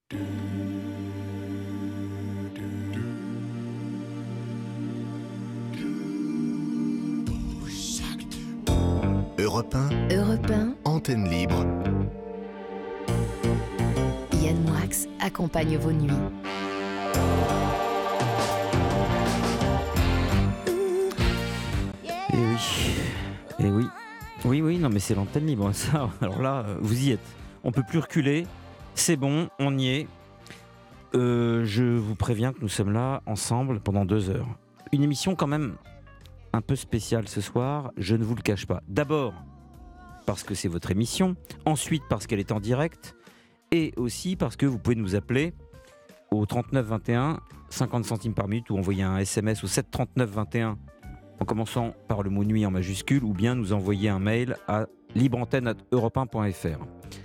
Europe 1, Europe 1, antenne libre. Yann Moix accompagne vos nuits. Et oui, et oui. Oui, non mais c'est l'antenne libre, ça, alors là, vous y êtes. On peut plus reculer, c'est bon, on y est. Je vous préviens que nous sommes là, ensemble, pendant 2 heures. Une émission quand même un peu spéciale ce soir, je ne vous le cache pas. D'abord, parce que c'est votre émission, ensuite parce qu'elle est en direct, et aussi parce que vous pouvez nous appeler au 39 21, 50 centimes par minute, ou envoyer un SMS au 7 39 21, en commençant par le mot nuit en majuscule, ou bien nous envoyer un mail à libreantenne@europe1.fr.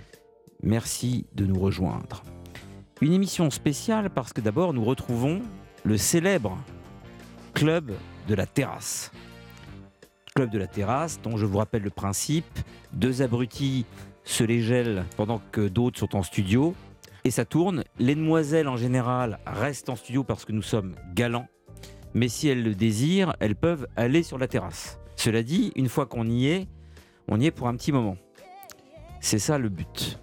Merci de nous rejoindre. Une émission spéciale parce que d'abord nous retrouvons le célèbre Club de la Terrasse. Club de la Terrasse, dont je vous rappelle le principe, 2 abrutis se les gèlent pendant que d'autres sont en studio, et ça tourne. Les demoiselles en général restent en studio parce que nous sommes galants, mais si elles le désirent, elles peuvent aller sur la terrasse. Cela dit, une fois qu'on y est, on y est pour un petit moment. C'est ça le but.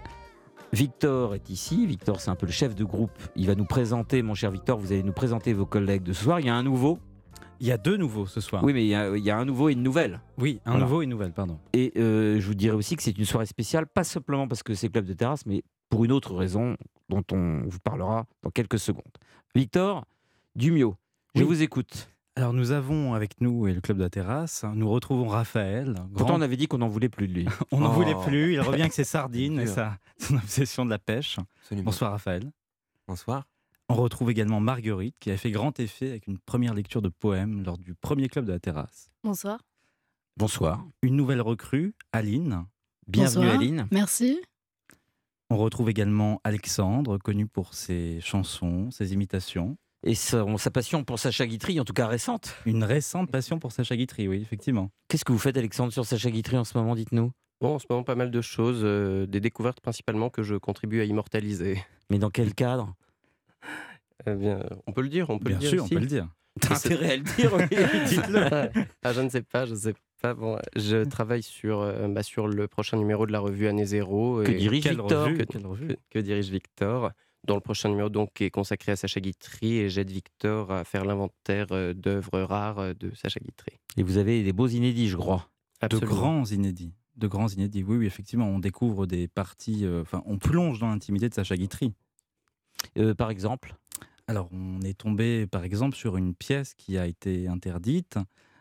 Victor est ici. Victor, c'est un peu le chef de groupe. Il va nous présenter, mon cher Victor, vous allez nous présenter vos collègues de ce soir. Il y a un nouveau. Il y a 2 nouveaux ce soir. Oui, mais il y a un nouveau et une nouvelle. Oui, un Voilà. nouveau et une nouvelle, pardon. Et je vous dirais aussi que c'est une soirée spéciale, pas simplement parce que c'est Club de Terrasse, mais pour une autre raison dont on vous parlera dans quelques secondes. Victor Dumio, je Oui. vous écoute. Alors nous avons avec nous et le Club de la Terrasse, nous retrouvons Raphaël. Pourtant, on avait dit qu'on n'en voulait plus de lui. On n'en Oh. voulait plus, il revient avec ses sardines et son obsession de la pêche. Absolument. Bonsoir Raphaël. Bonsoir. On retrouve également Marguerite qui a fait grand effet avec une première lecture de poèmes lors du premier Club de la Terrasse. Bonsoir. Bonsoir. Une nouvelle recrue, Aline. Bienvenue Bonsoir. Aline. Merci. On retrouve également Alexandre, connu pour ses chansons, ses imitations. Et sa passion pour Sacha Guitry, en tout cas récente. Une récente passion pour Sacha Guitry, oui, effectivement. Qu'est-ce que vous faites, Alexandre, sur Sacha Guitry en ce moment, dites-nous? Bon, en ce moment, pas mal de choses, des découvertes principalement que je contribue à immortaliser. Mais dans quel cadre? Eh bien, on peut le dire, on peut Bien le dire sûr, ici. on peut le dire. T'as intérêt à le dire, oui, dites-le. Ah, je ne sais pas. Bon, je travaille sur le prochain numéro de la revue Année Zéro. Que et dirige Quelle Victor? revue, que, quelle revue. que dirige Victor, dont le prochain numéro donc, est consacré à Sacha Guitry, et j'aide Victor à faire l'inventaire d'œuvres rares de Sacha Guitry. Et vous avez des beaux inédits, je crois. De Absolument. grands inédits. De grands inédits, oui, effectivement, on découvre des parties, on plonge dans l'intimité de Sacha Guitry. Par exemple? Alors, on est tombé, par exemple, sur une pièce qui a été interdite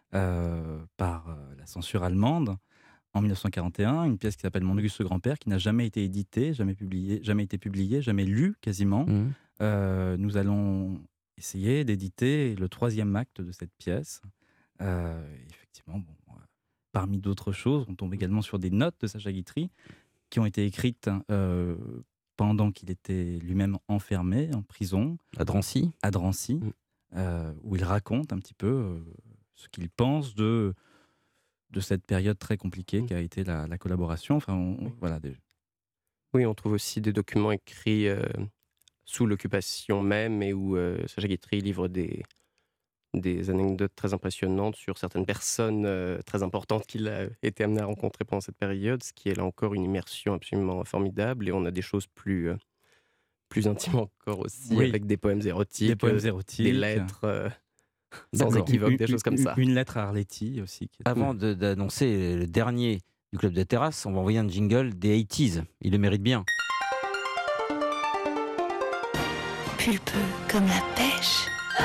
par la censure allemande en 1941, une pièce qui s'appelle Mon Auguste Grand-Père, qui n'a jamais été éditée, jamais été publiée, jamais lue quasiment. Nous allons essayer d'éditer le 3e acte de cette pièce. Effectivement, parmi d'autres choses, on tombe également sur des notes de Sacha Guitry qui ont été écrites pendant qu'il était lui-même enfermé en prison À Drancy? à Drancy, où il raconte un petit peu ce qu'il pense de cette période très compliquée qu'a été la collaboration. Enfin, voilà. Oui, on trouve aussi des documents écrits sous l'occupation même, et où Sacha Guitry livre des anecdotes très impressionnantes sur certaines personnes très importantes qu'il a été amené à rencontrer pendant cette période, ce qui est là encore une immersion absolument formidable. Et on a des choses plus intimes encore aussi, Oui. avec des poèmes érotiques, Des poèmes érotiques. des lettres sans D'accord. équivoque, des choses comme ça. Une lettre à Arletty aussi. Qui est Avant d'annoncer le dernier du Club de Terrasse, on va envoyer un jingle des 80s. Il le mérite bien. Pulpeux comme la pêche.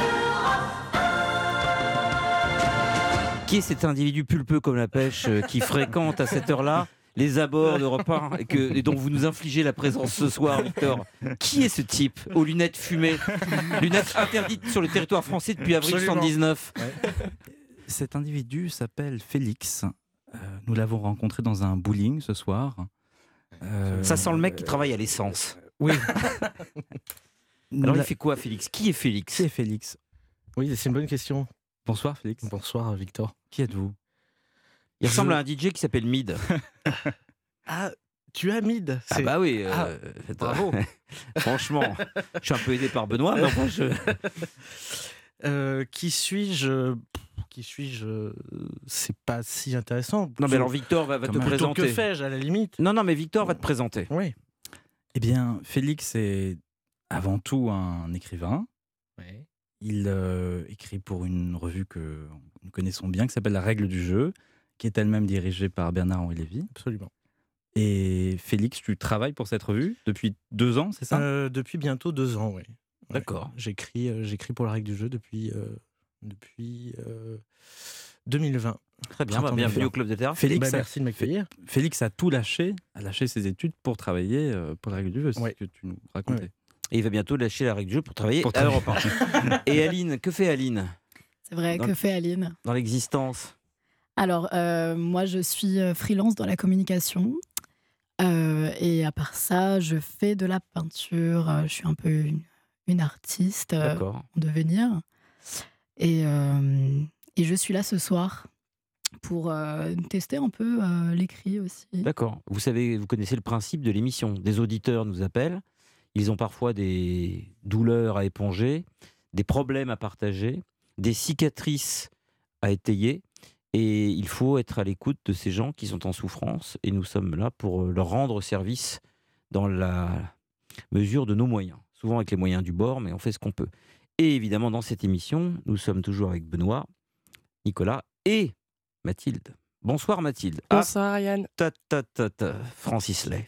Qui est cet individu pulpeux comme la pêche qui fréquente à cette heure-là les abords d'Europe 1 et dont vous nous infligez la présence ce soir, Victor? Qui est ce type aux lunettes fumées, lunettes interdites sur le territoire français depuis avril 1979? Cet individu s'appelle Félix. Nous l'avons rencontré dans un bowling ce soir. Ça sent le mec qui travaille à l'essence. Oui. Alors il fait quoi, Félix? Qui est Félix? Qui est Félix? Oui, c'est une bonne question. Bonsoir Félix. Bonsoir Victor. Qui êtes-vous? Il ressemble à un DJ qui s'appelle Mid. Ah, tu as Mid. Ah bah oui, Bravo. franchement, je suis un peu aidé par Benoît, mais enfin, Qui suis-je C'est pas si intéressant. Non mais alors Victor va te Quand même. Plutôt présenter. que fais-je à la limite. Non, mais Victor va te présenter. Oui. Eh bien, Félix est avant tout un écrivain. Il écrit pour une revue que nous connaissons bien, qui s'appelle La Règle du jeu, qui est elle-même dirigée par Bernard-Henri Lévy. Absolument. Et Félix, tu travailles pour cette revue depuis 2 ans, c'est ça Depuis bientôt 2 ans, oui. D'accord. J'écris pour la Règle du jeu depuis 2020. Très bien, Printemps bienvenue 2020. au Club des Terres. Félix, Merci de m'accueillir. Félix a tout lâché, a lâché ses études pour travailler pour La Règle du jeu, c'est Ouais. ce que tu nous racontais. Ouais. Et il va bientôt lâcher la règle du jeu pour travailler Pour à Europe 1. Et Aline, que fait Aline C'est vrai, Dans- que fait Aline? dans l'existence? Alors, moi, je suis freelance dans la communication. Et à part ça, je fais de la peinture. Je suis un peu une artiste D'accord. en devenir. Et je suis là ce soir pour tester un peu l'écrit aussi. D'accord. Vous savez, vous connaissez le principe de l'émission. Des auditeurs nous appellent. Ils ont parfois des douleurs à éponger, des problèmes à partager, des cicatrices à étayer. Et il faut être à l'écoute de ces gens qui sont en souffrance. Et nous sommes là pour leur rendre service dans la mesure de nos moyens. Souvent avec les moyens du bord, mais on fait ce qu'on peut. Et évidemment, dans cette émission, nous sommes toujours avec Benoît, Nicolas et Mathilde. Bonsoir Mathilde. Bonsoir Yann. Francis Lay.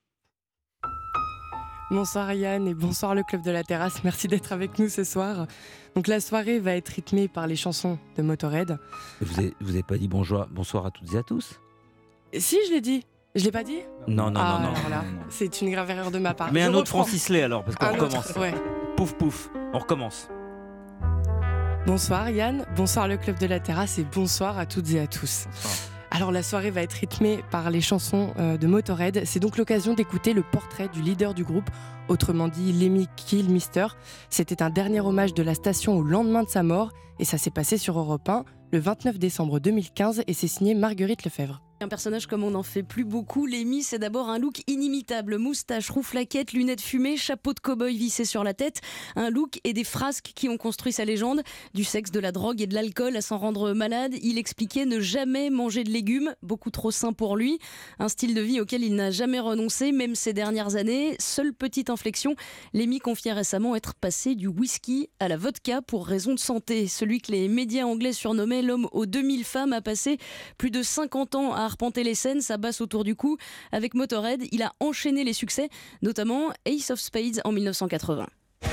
Bonsoir Yann et bonsoir le Club de la Terrasse. Merci d'être avec nous ce soir. Donc la soirée va être rythmée par les chansons de Motorhead. Vous avez pas dit bonsoir à toutes et à tous? Si, je l'ai dit. Je l'ai pas dit? Non. Alors là, c'est une grave erreur de ma part. Mais Je un autre reprends. Francis Lay alors, parce qu'on Un autre, recommence. ouais. Pouf pouf, on recommence. Bonsoir Yann, bonsoir le Club de la Terrasse et bonsoir à toutes et à tous. Alors la soirée va être rythmée par les chansons de Motorhead. C'est donc l'occasion d'écouter le portrait du leader du groupe, autrement dit Lemmy Kilmister. C'était un dernier hommage de la station au lendemain de sa mort et ça s'est passé sur Europe 1 le 29 décembre 2015 et c'est signé Marguerite Lefebvre. Un personnage comme on n'en fait plus beaucoup, Lemmy, c'est d'abord un look inimitable. Moustache, rouflaquette, lunettes fumées, chapeau de cow-boy vissé sur la tête. Un look et des frasques qui ont construit sa légende. Du sexe, de la drogue et de l'alcool à s'en rendre malade. Il expliquait ne jamais manger de légumes, beaucoup trop sain pour lui. Un style de vie auquel il n'a jamais renoncé, même ces dernières années. Seule petite inflexion, Lemmy confiait récemment être passé du whisky à la vodka pour raison de santé. Celui que les médias anglais surnommaient l'homme aux 2000 femmes a passé plus de 50 ans à arpenter les scènes, sa basse autour du cou. Avec Motorhead, il a enchaîné les succès, notamment Ace of Spades en 1980.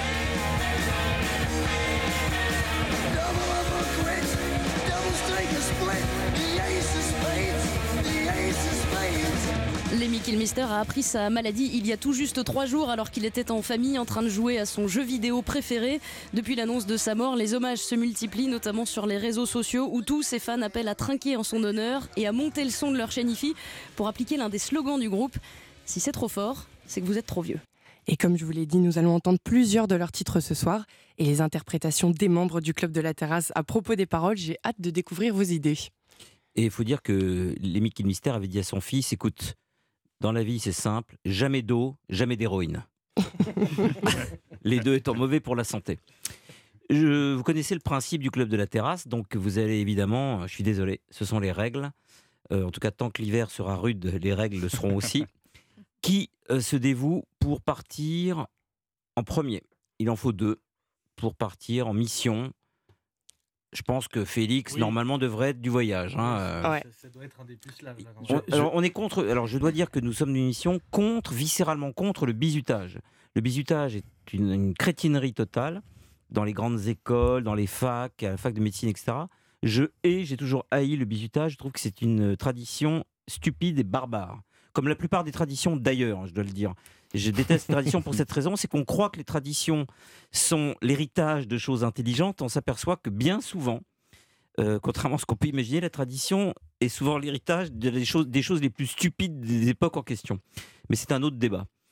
Lemmy Kilmister a appris sa maladie il y a tout juste 3 jours alors qu'il était en famille en train de jouer à son jeu vidéo préféré. Depuis l'annonce de sa mort, les hommages se multiplient, notamment sur les réseaux sociaux où tous ses fans appellent à trinquer en son honneur et à monter le son de leur chaîne IFI pour appliquer l'un des slogans du groupe. Si c'est trop fort, c'est que vous êtes trop vieux. Et comme je vous l'ai dit, nous allons entendre plusieurs de leurs titres ce soir et les interprétations des membres du Club de la Terrasse à propos des paroles. J'ai hâte de découvrir vos idées. Et il faut dire que Lemmy Kilmister avait dit à son fils, écoute, dans la vie c'est simple, jamais d'eau, jamais d'héroïne. Les deux étant mauvais pour la santé. Vous connaissez le principe du Club de la Terrasse, donc vous allez évidemment, je suis désolé, ce sont les règles. En tout cas, tant que l'hiver sera rude, les règles le seront aussi. Qui se dévoue pour partir en premier? Il en faut 2 pour partir en mission. Je pense que Félix, Oui. normalement, devrait être du voyage. Ouais. Ça doit être un des plus là. On est contre. Alors, je dois dire que nous sommes d'une mission viscéralement contre le bizutage. Le bizutage est une crétinerie totale dans les grandes écoles, dans les facs, à la fac de médecine, etc. J'ai toujours haï le bizutage. Je trouve que c'est une tradition stupide et barbare. Comme la plupart des traditions d'ailleurs, je dois le dire. Je déteste les traditions pour cette raison, c'est qu'on croit que les traditions sont l'héritage de choses intelligentes. On s'aperçoit que bien souvent, contrairement à ce qu'on peut imaginer, la tradition est souvent l'héritage des choses les plus stupides des époques en question. Mais c'est un autre débat.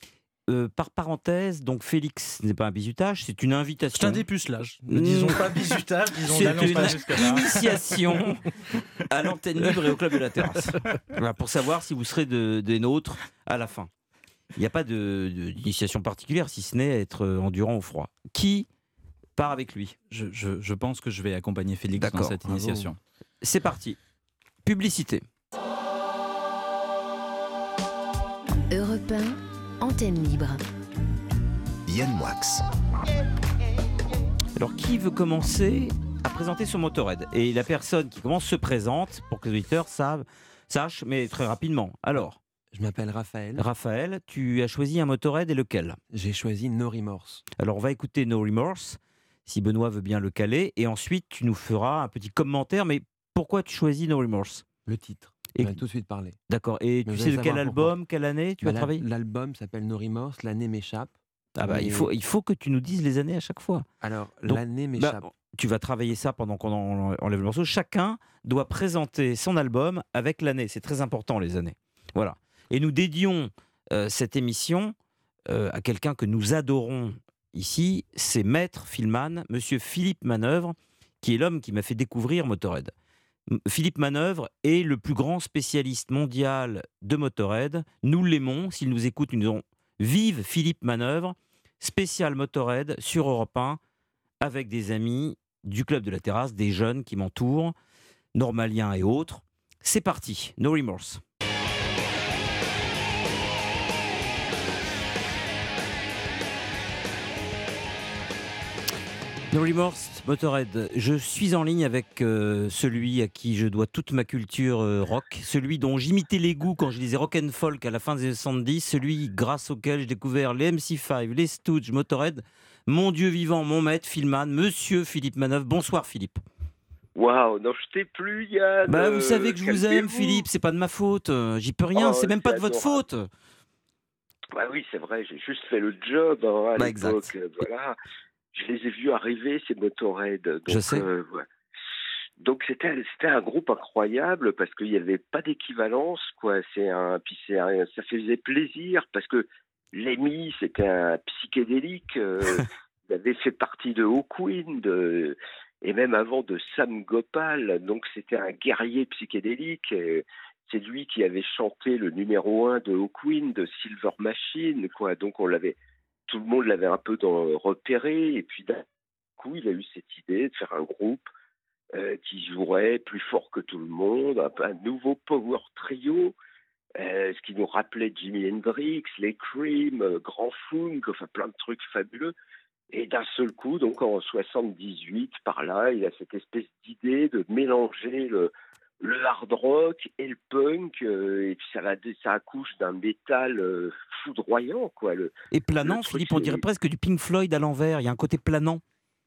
par parenthèse, donc Félix n'est pas un bizutage, c'est une invitation. C'est un dépucelage. Ne disons pas bizutage, disons C'est n'allons pas une jusque-là. initiation à l'antenne libre et au club de la terrasse. Voilà, pour savoir si vous serez des nôtres à la fin. Il n'y a pas d'initiation particulière, si ce n'est être endurant au froid. Qui part avec lui? Je pense que je vais accompagner Félix dans D'accord, cette bravo. initiation. C'est parti. Publicité. Europe 1, antenne libre. Yann Moix. Alors, qui veut commencer à présenter son motorhead? Et la personne qui commence se présente pour que les auditeurs sachent, mais très rapidement. Alors, Je m'appelle Raphaël. Raphaël, tu as choisi un motorhead et lequel? J'ai choisi No Remorse. Alors, on va écouter No Remorse, si Benoît veut bien le caler, et ensuite, tu nous feras un petit commentaire. Mais pourquoi tu choisis No Remorse? Le titre. Et- On va tout de suite parler. D'accord. Et Mais tu vous sais allez de quel savoir album, quelle année tu as travaillé? L'album s'appelle No Remorse, l'année m'échappe. Ah bah, mais- il faut que tu nous dises les années à chaque fois. Alors, Donc, l'année Bah, m'échappe. tu vas travailler ça pendant qu'on enlève le morceau. Chacun doit présenter son album avec l'année. C'est très important, les années. Voilà. Et nous dédions cette émission à quelqu'un que nous adorons ici. C'est Maître Filman, Monsieur Philippe Manœuvre, qui est l'homme qui m'a fait découvrir Motorhead. Philippe Manœuvre est le plus grand spécialiste mondial de Motorhead. Nous l'aimons. S'il nous écoute, nous disons vive Philippe Manœuvre, spécial Motorhead sur Europe 1, avec des amis du club de la terrasse, des jeunes qui m'entourent, normaliens et autres. C'est parti, No Remorse. No Remorse, Motorhead. Je suis en ligne avec celui à qui je dois toute ma culture rock, celui dont j'imitais les goûts quand je lisais rock and folk à la fin des années 70, celui grâce auquel j'ai découvert les MC5, les Stooges, Motorhead. Mon Dieu vivant, mon maître, Philman, Monsieur Philippe Manœuvre. Bonsoir Philippe. Waouh, non, je t'ai plus, Yann. Bah, vous savez que je vous aime, calmez-vous. Philippe, c'est pas de ma faute. J'y peux rien, Oh, c'est même pas de c'est votre adorable. faute. Bah oui, c'est vrai, j'ai juste fait le job hein, à Bah, l'époque. exact. Voilà. Je les ai vus arriver, ces Motorhead. Donc, Je sais. ouais. Donc c'était un groupe incroyable parce qu'il n'y avait pas d'équivalence, quoi. Ça faisait plaisir parce que Lemmy, c'était un psychédélique. Il avait fait partie de Hawkwind et même avant de Sam Gopal. Donc c'était un guerrier psychédélique. C'est lui qui avait chanté le numéro 1 de Hawkwind, de Silver Machine, quoi. Donc tout le monde l'avait un peu repéré. Et puis d'un coup, il a eu cette idée de faire un groupe qui jouerait plus fort que tout le monde, un nouveau power trio, ce qui nous rappelait Jimi Hendrix, les Cream, Grand Funk, enfin plein de trucs fabuleux. Et d'un seul coup, donc en 78, par là, il a cette espèce d'idée de mélanger le hard rock et le punk, et puis ça accouche d'un métal foudroyant, quoi. Et planant, le truc, Philippe, on dirait presque du Pink Floyd à l'envers. Il y a un côté planant.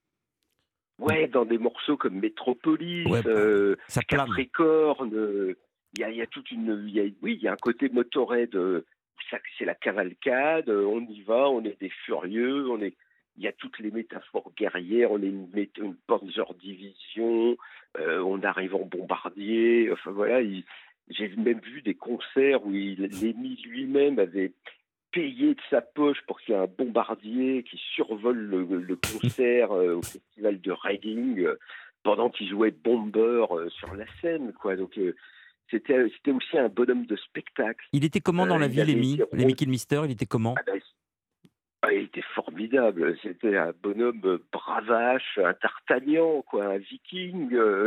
Ouais, dans des morceaux comme Metropolis, Ouais, ça plane. Capricorne, il y a toute il y a un côté Motorhead, c'est la cavalcade, on y va, on est des furieux, il y a toutes les métaphores guerrières, on est une Panzer Division, on arrive en bombardier, enfin voilà, j'ai même vu des concerts où Lemmy lui-même avait payé de sa poche pour qu'il y ait un bombardier qui survole le concert au festival de Reading pendant qu'il jouait Bomber sur la scène, quoi. Donc c'était aussi un bonhomme de spectacle. Il était comment dans la vie, Lemmy Kilmister? Il était comment? Il était formidable. C'était un bonhomme bravache, un D'Artagnan, quoi, un Viking.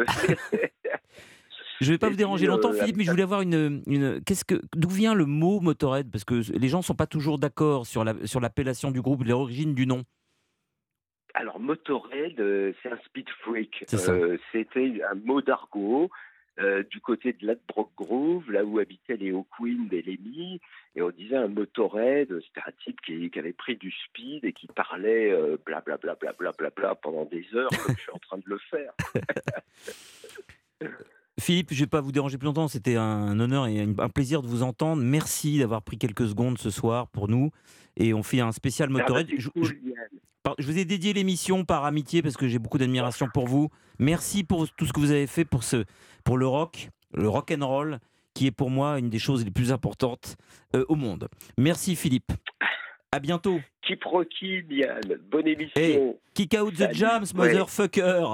Je ne vais pas vous déranger longtemps, puis, Philippe, mais je voulais avoir d'où vient le mot Motorhead? Parce que les gens ne sont pas toujours d'accord sur l'appellation du groupe, l'origine du nom. Alors, Motorhead, c'est un speed freak. C'est ça. C'était un mot d'argot du côté de Ladbroke Grove, là où habitaient les Hawkwind et Lemmy. Et on disait un Motorhead, c'était un type qui avait pris du speed et qui parlait blablabla pendant des heures, comme je suis en train de le faire. Philippe, je ne vais pas vous déranger plus longtemps, c'était un honneur et un plaisir de vous entendre. Merci d'avoir pris quelques secondes ce soir pour nous. Et on fait un spécial Motorhead. Je vous ai dédié l'émission par amitié parce que j'ai beaucoup d'admiration pour vous. Merci pour tout ce que vous avez fait pour le rock and roll, qui est pour moi une des choses les plus importantes au monde. Merci Philippe. À bientôt. Keep rocking, Yann. Bonne émission. Hey, kick out the Salut. jams, motherfucker.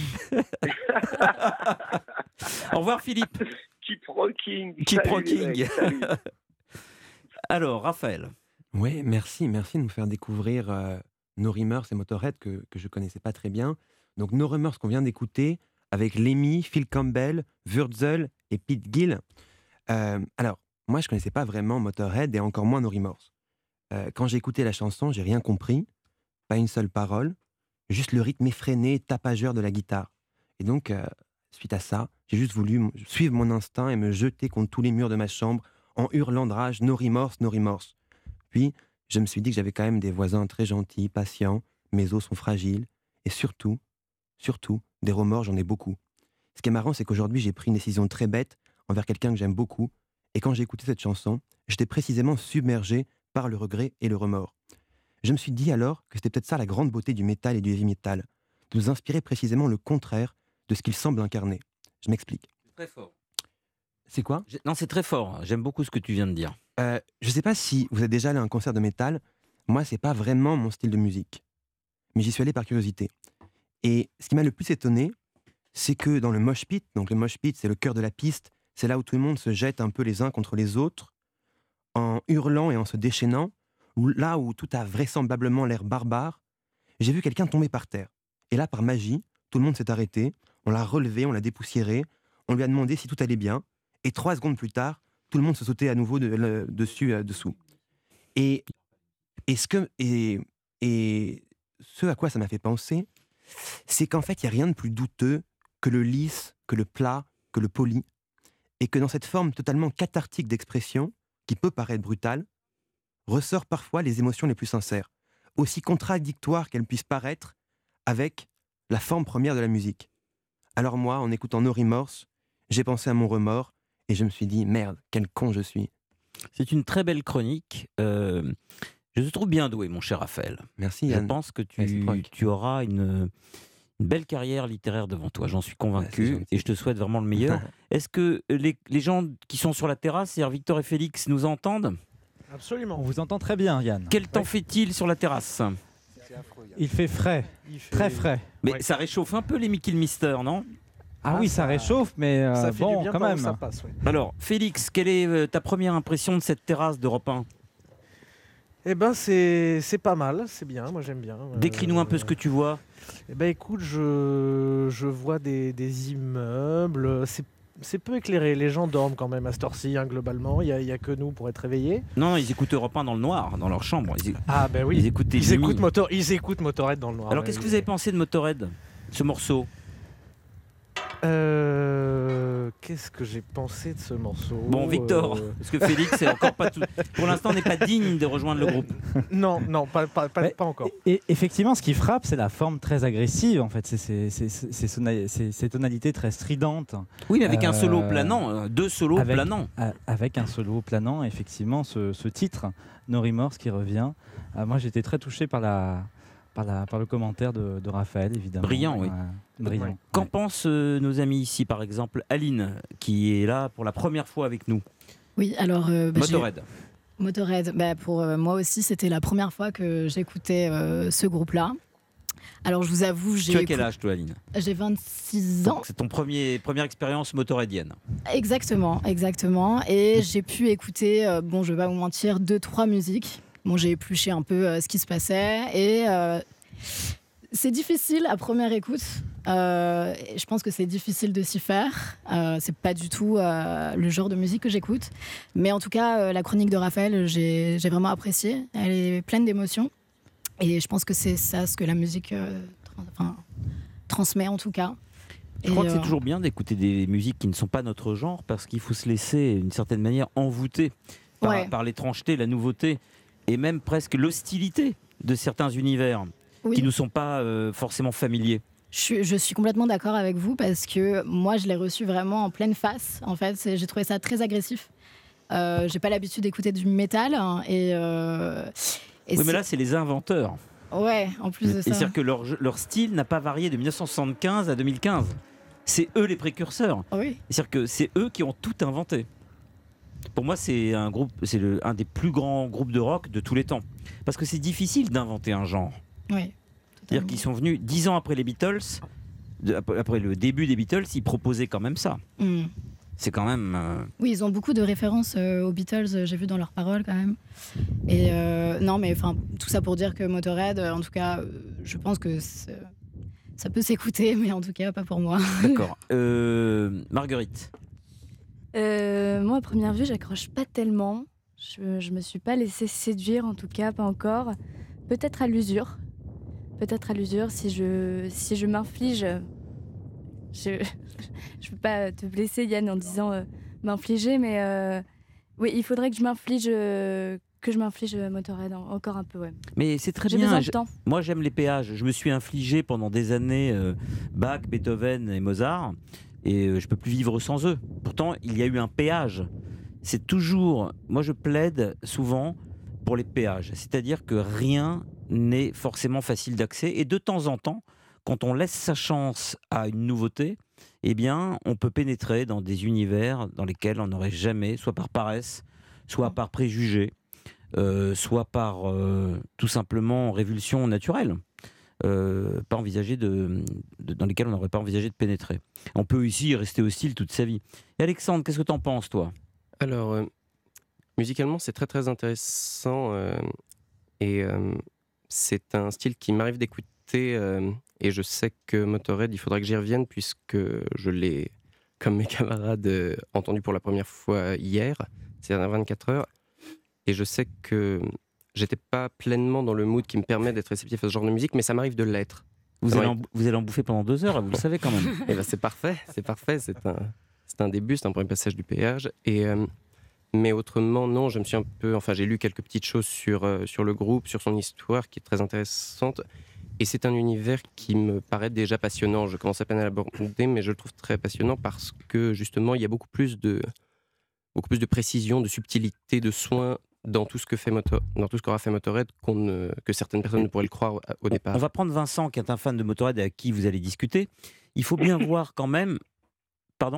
Au revoir, Philippe. Keep rocking. Keep Salut, rocking. les mecs. Salut. Alors, Raphaël. Oui, merci de nous faire découvrir No Remorse et Motorhead que je ne connaissais pas très bien. Donc No Remorse qu'on vient d'écouter avec Lemmy, Phil Campbell, Wurzel et Pete Gill. Alors, moi je ne connaissais pas vraiment Motorhead et encore moins No Remorse. Quand j'ai écouté la chanson, j'ai rien compris, pas une seule parole, juste le rythme effréné, tapageur de la guitare. Et donc, suite à ça, j'ai juste voulu suivre mon instinct et me jeter contre tous les murs de ma chambre en hurlant de rage « No remorse, no remorse ». Puis, je me suis dit que j'avais quand même des voisins très gentils, patients, mes os sont fragiles, et surtout, des remords, j'en ai beaucoup. Ce qui est marrant, c'est qu'aujourd'hui, j'ai pris une décision très bête envers quelqu'un que j'aime beaucoup, et quand j'ai écouté cette chanson, j'étais précisément submergé par le regret et le remords. Je me suis dit alors que c'était peut-être ça la grande beauté du métal et du heavy metal, de nous inspirer précisément le contraire de ce qu'il semble incarner. Je m'explique. Très fort. C'est quoi ? Non, c'est très fort. J'aime beaucoup ce que tu viens de dire. Je ne sais pas si vous êtes déjà allé à un concert de métal. Moi, c'est pas vraiment mon style de musique. Mais j'y suis allé par curiosité. Et ce qui m'a le plus étonné, c'est que dans le mosh pit, donc le mosh pit, c'est le cœur de la piste, c'est là où tout le monde se jette un peu les uns contre les autres, en hurlant et en se déchaînant, là où tout a vraisemblablement l'air barbare, j'ai vu quelqu'un tomber par terre. Et là, par magie, tout le monde s'est arrêté, on l'a relevé, on l'a dépoussiéré, on lui a demandé si tout allait bien, et 3 secondes plus tard, tout le monde se sautait à nouveau dessous. Et ce à quoi ça m'a fait penser, c'est qu'en fait, il n'y a rien de plus douteux que le lisse, que le plat, que le poli, et que dans cette forme totalement cathartique d'expression, qui peut paraître brutale, ressort parfois les émotions les plus sincères, aussi contradictoires qu'elles puissent paraître avec la forme première de la musique. Alors moi, en écoutant No Remorse, j'ai pensé à mon remords, et je me suis dit, merde, quel con je suis. C'est une très belle chronique. Je te trouve bien doué, mon cher Raphaël. Merci, Yann. Je pense que tu auras une belle carrière littéraire devant toi, j'en suis convaincu, et je te souhaite vraiment le meilleur. Est-ce que les gens qui sont sur la terrasse, c'est-à-dire Victor et Félix, nous entendent ? Absolument. On vous entend très bien, Yann. Quel temps fait-il sur la terrasse ? Il fait frais, très frais. Mais ça réchauffe un peu les Mickey Mister, non ? Ah oui, ça réchauffe, mais ça fait bon, du bien quand pendant même. que ça passe, ouais. Alors, Félix, quelle est ta première impression de cette terrasse d'Europe 1 ? Eh ben c'est pas mal, c'est bien, moi j'aime bien. Décris-nous un peu ce que tu vois. Eh ben écoute, je vois des immeubles, c'est peu éclairé, les gens dorment quand même à cette heure-ci, hein, globalement, il y a que nous pour être réveillés. Non, ils écoutent Europe 1 dans le noir, dans leur chambre. Ah ben oui, ils écoutent Motorhead dans le noir. Alors qu'est-ce que vous avez pensé de Motorhead, ce morceau ? Qu'est-ce que j'ai pensé de ce morceau ? Bon, Victor, parce que Félix est encore pas tout. Pour l'instant, n'est pas digne de rejoindre le groupe. Non, pas encore. Et effectivement, ce qui frappe, c'est la forme très agressive, en fait. C'est ces tonalités très stridentes. Oui, mais avec un solo planant, 2 solos planants. Avec un solo planant, effectivement, ce titre, No Remorse, qui revient. Moi, j'étais très touché par le commentaire de Raphaël, évidemment. Brillant, oui. Brillant. Qu'en pensent nos amis ici, par exemple, Aline, qui est là pour la première fois avec nous ? Oui, alors... Motorhead. Motorhead, pour moi aussi, c'était la première fois que j'écoutais ce groupe-là. Alors, je vous avoue, Tu as quel âge, toi, Aline ? J'ai 26 ans. Donc, c'est ton première expérience motorheadienne. Exactement. Et j'ai pu écouter, je vais pas vous mentir, 2-3 musiques. Bon, j'ai épluché un peu ce qui se passait et c'est difficile à première écoute. Je pense que c'est difficile de s'y faire. C'est pas du tout le genre de musique que j'écoute. Mais en tout cas, la chronique de Raphaël, j'ai vraiment apprécié. Elle est pleine d'émotions. Et je pense que c'est ça ce que la musique transmet en tout cas. Je crois que c'est toujours bien d'écouter des musiques qui ne sont pas notre genre parce qu'il faut se laisser d'une certaine manière envoûter par l'étrangeté, la nouveauté et même presque l'hostilité de certains univers qui ne nous sont pas forcément familiers. Je suis complètement d'accord avec vous parce que moi je l'ai reçu vraiment en pleine face. En fait, j'ai trouvé ça très agressif. J'ai pas l'habitude d'écouter du métal oui, mais là c'est les inventeurs. Ouais, en plus de ça. C'est-à-dire que leur style n'a pas varié de 1975 à 2015. C'est eux les précurseurs. Oui. C'est-à-dire que c'est eux qui ont tout inventé. Pour moi, c'est un groupe, un des plus grands groupes de rock de tous les temps. Parce que c'est difficile d'inventer un genre. Oui. C'est-à-dire qu'ils sont venus 10 ans après les Beatles, après le début des Beatles, ils proposaient quand même ça. C'est quand même... Oui, ils ont beaucoup de références aux Beatles, j'ai vu dans leurs paroles quand même. Et non, mais tout ça pour dire que Motorhead, en tout cas, je pense que ça peut s'écouter, mais en tout cas, pas pour moi. D'accord. Marguerite. Moi, à première vue, j'accroche pas tellement. Je me suis pas laissée séduire, en tout cas, pas encore. Peut-être à l'usure. Si je m'inflige... Je peux pas te blesser, Yann, en disant m'infliger, mais oui, il faudrait que je m'inflige Motorhead encore un peu, ouais. Mais c'est très J'ai bien. besoin de temps. Moi, j'aime les péages. Je me suis infligé pendant des années Bach, Beethoven et Mozart, et je peux plus vivre sans eux. Pourtant, il y a eu un péage. C'est toujours... Moi, je plaide souvent pour les péages. C'est-à-dire que rien n'est forcément facile d'accès, et de temps en temps, quand on laisse sa chance à une nouveauté, eh bien, on peut pénétrer dans des univers dans lesquels on n'aurait jamais, soit par paresse, soit par préjugé, soit par tout simplement révulsion naturelle, pas envisagé dans lesquels on n'aurait pas envisagé de pénétrer. On peut ici rester hostile toute sa vie. Et Alexandre, qu'est-ce que tu en penses, toi ? Alors, musicalement, c'est très très intéressant et c'est un style qui m'arrive d'écouter et je sais que Motorhead, il faudra que j'y revienne puisque je l'ai, comme mes camarades, entendu pour la première fois hier, ces dernières 24 heures. Et je sais que j'étais pas pleinement dans le mood qui me permet d'être réceptif à ce genre de musique, mais ça m'arrive de l'être. Vous allez en bouffer pendant 2 heures, vous le savez quand même. Et ben c'est parfait. C'est un début, c'est un premier passage du péage. Mais autrement, non, je me suis j'ai lu quelques petites choses sur le groupe, sur son histoire qui est très intéressante. Et c'est un univers qui me paraît déjà passionnant. Je commence à peine à l'aborder, mais je le trouve très passionnant parce que justement, il y a beaucoup plus de précision, de subtilité, de soin dans tout ce qu'aura fait Motorhead que certaines personnes ne pourraient le croire au départ. On va prendre Vincent, qui est un fan de Motorhead et à qui vous allez discuter. Il faut bien voir quand même... Pardon ?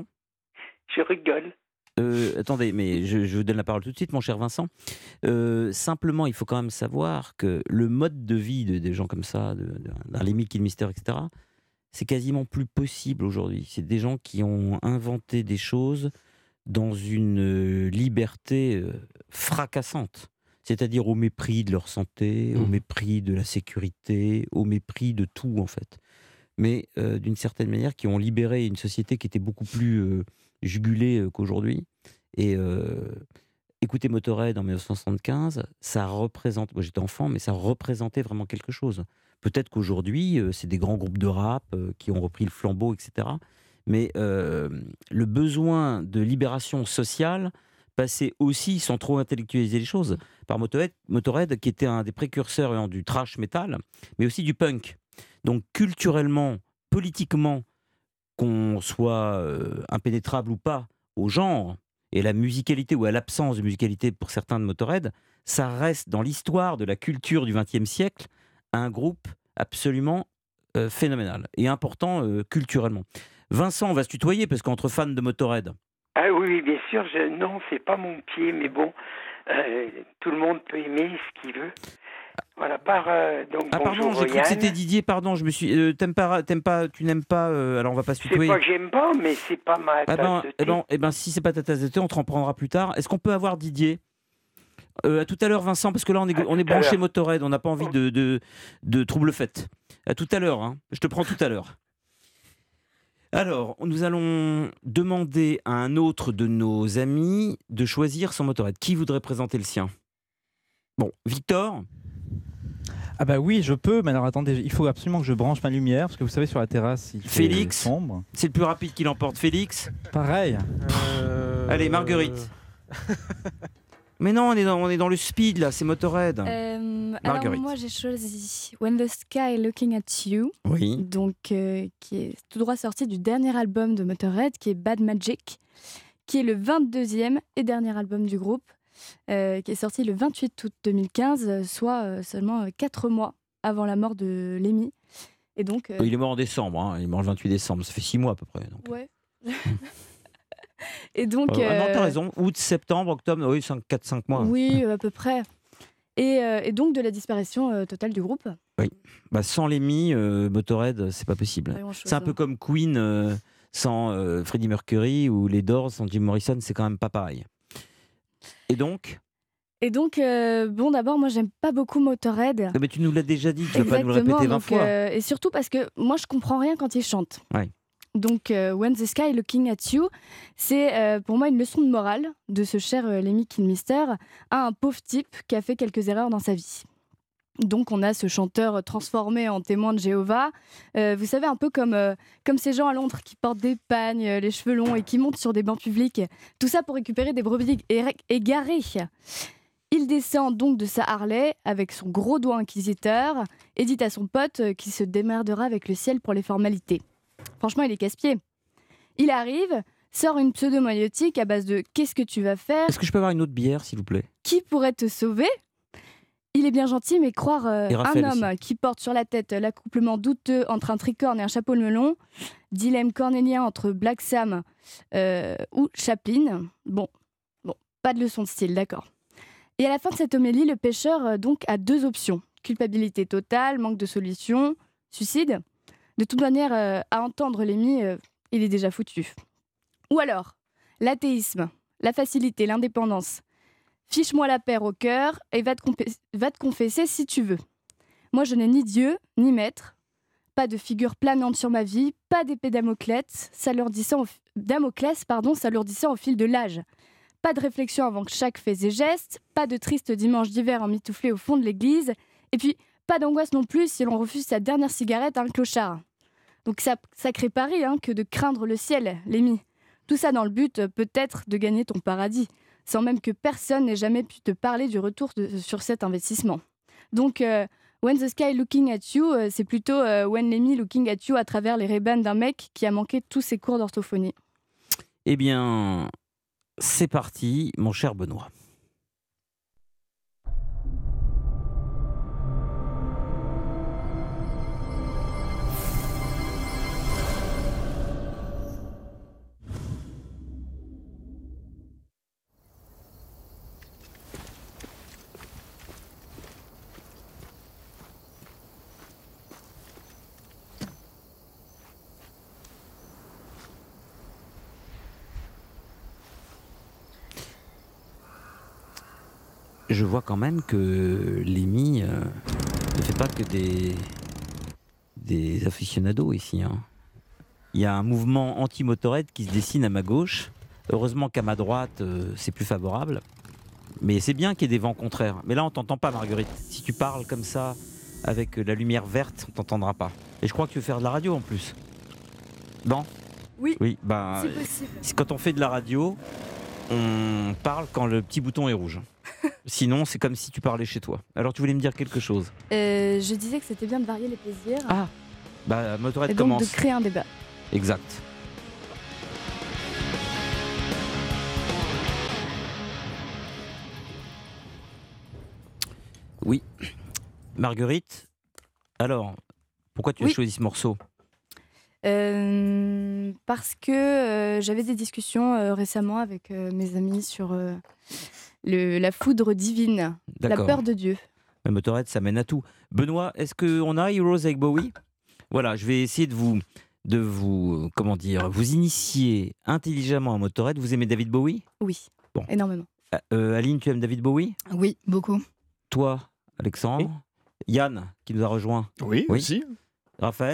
Je rigole. Attendez, mais je vous donne la parole tout de suite, mon cher Vincent. Simplement, il faut quand même savoir que le mode de vie des gens comme ça, d'un Lemmy Kilmister, etc., c'est quasiment plus possible aujourd'hui. C'est des gens qui ont inventé des choses dans une liberté fracassante. C'est-à-dire au mépris de leur santé, au mépris de la sécurité, au mépris de tout, en fait. Mais d'une certaine manière, qui ont libéré une société qui était beaucoup plus... jugulé qu'aujourd'hui. Et écouter Motorhead en 1975, ça représente, moi j'étais enfant, mais ça représentait vraiment quelque chose. Peut-être qu'aujourd'hui, c'est des grands groupes de rap qui ont repris le flambeau, etc. Mais le besoin de libération sociale passait aussi, sans trop intellectualiser les choses, par Motorhead qui était un des précurseurs du thrash metal, mais aussi du punk. Donc culturellement, politiquement, qu'on soit impénétrable ou pas au genre et la musicalité ou à l'absence de musicalité pour certains de Motorhead, ça reste dans l'histoire de la culture du XXe siècle un groupe absolument phénoménal et important culturellement. Vincent, on va se tutoyer parce qu'entre fans de Motorhead... Ah oui, bien sûr, non, c'est pas mon pied, mais bon, tout le monde peut aimer ce qu'il veut. Voilà, donc pardon, j'ai cru que c'était Didier, pardon, je me suis... tu n'aimes pas... alors on va pas se tutoyer. C'est pas que j'aime pas, mais c'est pas ma tasse de thé. Si c'est pas ta tasse de thé, on te en prendra plus tard. Est-ce qu'on peut avoir Didier à tout à l'heure, Vincent, parce que là on est branché Motorhead, on n'a pas envie de trouble fête. À tout à l'heure, hein. Je te prends tout à l'heure. Alors, nous allons demander à un autre de nos amis de choisir son Motorhead. Qui voudrait présenter le sien ? Bon, Victor ? Ah bah oui, je peux, mais alors attendez, il faut absolument que je branche ma lumière, parce que vous savez, sur la terrasse, il fait Félix, sombre. C'est le plus rapide qui l'emporte. Félix ? Pareil. Allez, Marguerite. Mais non, on est dans le speed, là, c'est Motorhead. Alors moi, j'ai choisi When the Sky is Looking at You, oui. Donc, qui est tout droit sorti du dernier album de Motorhead, qui est Bad Magic, qui est le 22e et dernier album du groupe. Qui est sorti le 28 août 2015, soit seulement 4 mois avant la mort de Lemmy. Et donc, il est mort en décembre, hein. Il est mort le 28 décembre, ça fait 6 mois à peu près. Donc. Ouais. Et donc, non, t'as raison. Août, septembre, octobre, oui, 4-5 mois. Oui, à peu près. Et donc de la disparition totale du groupe. Oui. Bah, sans Lemmy, Motorhead, c'est pas possible. C'est un peu comme Queen sans Freddie Mercury ou les Doors sans Jim Morrison, c'est quand même pas pareil. Et donc, bon, d'abord, moi, j'aime pas beaucoup Motorhead. mais tu nous l'as déjà dit, tu vas pas nous le répéter 20 fois. Et surtout parce que moi, je comprends rien quand ils chantent. Ouais. Donc, When the Sky is Looking at You, c'est pour moi une leçon de morale de ce cher Lemmy Kilmister à un pauvre type qui a fait quelques erreurs dans sa vie. Donc, on a ce chanteur transformé en témoin de Jéhovah. Vous savez, un peu comme ces gens à Londres qui portent des pagnes, les cheveux longs et qui montent sur des bancs publics. Tout ça pour récupérer des brebis égarées. Il descend donc de sa Harley avec son gros doigt inquisiteur et dit à son pote qu'il se démerdera avec le ciel pour les formalités. Franchement, il est casse-pied. Il arrive, sort une pseudo-maïotique à base de « Qu'est-ce que tu vas faire ?» Est-ce que je peux avoir une autre bière, s'il vous plaît ? Qui pourrait te sauver ? Il est bien gentil, mais croire un homme aussi. qui porte sur la tête l'accouplement douteux entre un tricorne et un chapeau de melon, dilemme cornélien entre Black Sam ou Chaplin, bon, pas de leçon de style, d'accord. Et à la fin de cette homélie, le pêcheur donc a deux options. Culpabilité totale, manque de solution, suicide. De toute manière, à entendre Lemmy, il est déjà foutu. Ou alors, l'athéisme, la facilité, l'indépendance. Fiche-moi la paire au cœur et va te confesser si tu veux. Moi, je n'ai ni Dieu, ni maître. Pas de figure planante sur ma vie, pas d'épée Damoclès, s'alourdissant au fil de l'âge. Pas de réflexion avant que chaque fait et geste, pas de triste dimanche d'hiver emmitouflé au fond de l'église, et puis pas d'angoisse non plus si l'on refuse sa dernière cigarette à un clochard. Donc sacré pari que de craindre le ciel, Lemmy. Tout ça dans le but peut-être de gagner ton paradis, sans même que personne n'ait jamais pu te parler du retour sur cet investissement. Donc When the Sky Looking at You, c'est plutôt When Lemmy Looking at You à travers les Ray-Ban d'un mec qui a manqué tous ses cours d'orthophonie. Eh bien, c'est parti, mon cher Benoît. Je vois quand même que Lemmy ne fait pas que des aficionados ici. Il y a un mouvement anti-Motorhead qui se dessine à ma gauche. Heureusement qu'à ma droite, c'est plus favorable. Mais c'est bien qu'il y ait des vents contraires. Mais là, on t'entend pas, Marguerite. Si tu parles comme ça, avec la lumière verte, on t'entendra pas. Et je crois que tu veux faire de la radio en plus. Non ? Oui, c'est possible. Quand on fait de la radio, on parle quand le petit bouton est rouge. Sinon, c'est comme si tu parlais chez toi. Alors, tu voulais me dire quelque chose ? Je disais que c'était bien de varier les plaisirs. Ah, Motorhead et donc commence. de créer un débat. Exact. Oui. Marguerite, alors, pourquoi tu as choisi ce morceau ? Parce que j'avais des discussions récemment avec mes amis sur la foudre divine, la peur de Dieu. Mais Motorhead, ça mène à tout. Benoît, est-ce qu'on a Heroes avec Bowie ? Voilà, je vais essayer de vous initier intelligemment à Motorhead. Vous aimez David Bowie ? Oui, énormément. Aline, tu aimes David Bowie ? Oui, beaucoup. Toi, Alexandre ? Oui. Yann, qui nous a rejoint ? Oui, aussi. Raphaël ?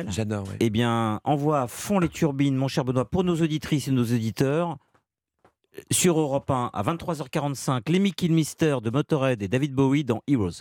J'adore, oui. Eh bien, envoie à fond les turbines, mon cher Benoît, pour nos auditrices et nos auditeurs. Sur Europe 1, à 23h45, Lemmy Kilmister de Motorhead et David Bowie dans Heroes.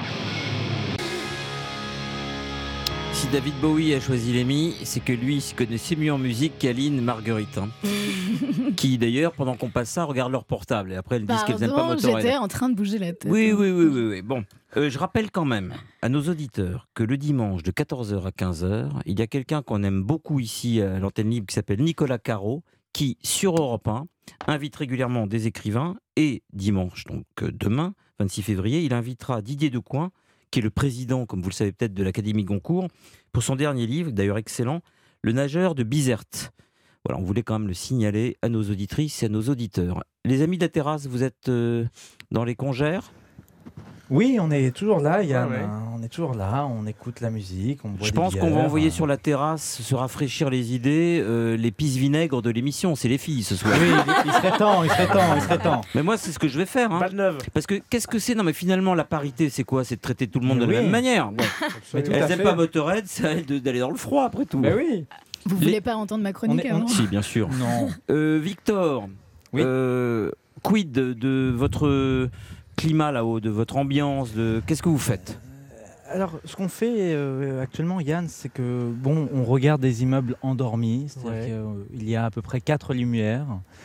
Si David Bowie a choisi Lemmy, c'est que lui, il se connaissait mieux en musique qu'Aline Marguerite. Qui, d'ailleurs, pendant qu'on passe ça, regarde leur portable. Et après, elles disent qu'elles n'aiment pas Motorhead. J'étais en train de bouger la tête. Oui. Bon, je rappelle quand même à nos auditeurs que le dimanche de 14h à 15h, il y a quelqu'un qu'on aime beaucoup ici à l'antenne libre qui s'appelle Nicolas Caro, qui, sur Europe 1, invite régulièrement des écrivains. Et dimanche, donc demain, 26 février, il invitera Didier Decoing, qui est le président, comme vous le savez peut-être, de l'Académie Goncourt, pour son dernier livre, d'ailleurs excellent, Le nageur de Bizerte. Voilà, on voulait quand même le signaler à nos auditrices et à nos auditeurs. Les amis de la terrasse, vous êtes dans les congères ? Oui, on est toujours là, Yann. Ouais. On est toujours là, on écoute la musique, on boit Je des pense qu'on va bières. envoyer sur la terrasse se rafraîchir les idées les pisse vinaigres de l'émission. C'est les filles ce soir. Oui, il serait temps. Mais moi, c'est ce que je vais faire. Hein. Balle neuve. Parce que qu'est-ce que c'est ? Non, mais finalement, la parité, c'est quoi ? C'est de traiter tout le monde de la même manière. Bon. Mais tout à Elles n'aiment fait. pas Motorhead, c'est à elles d'aller dans le froid après tout. Mais oui. Vous voulez pas entendre ma chronique avant Si, bien sûr. Non. Victor, Oui. quid de votre climat là-haut, de votre ambiance, qu'est-ce que vous faites ? Alors, ce qu'on fait actuellement, Yann, c'est que on regarde des immeubles endormis, c'est-à-dire qu'il y a à peu près 4 lumières,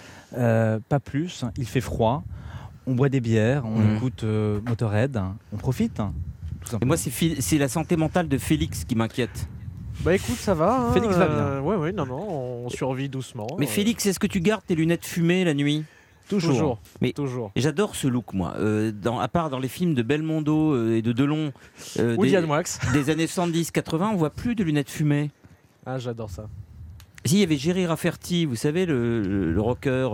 pas plus. Il fait froid. On boit des bières, on écoute Motorhead, on profite. Tout simplement. Et moi, c'est la santé mentale de Félix qui m'inquiète. Bah écoute, ça va. Hein, Félix va bien. Ouais, non, on survit doucement. Mais Félix, est-ce que tu gardes tes lunettes fumées la nuit ? Toujours. Mais Toujours. et j'adore ce look, moi. À part dans les films de Belmondo et de Delon Yann Moix. des années 70-80, on voit plus de lunettes fumées. Ah, j'adore ça. Si, il y avait Jerry Rafferty, vous savez, le rocker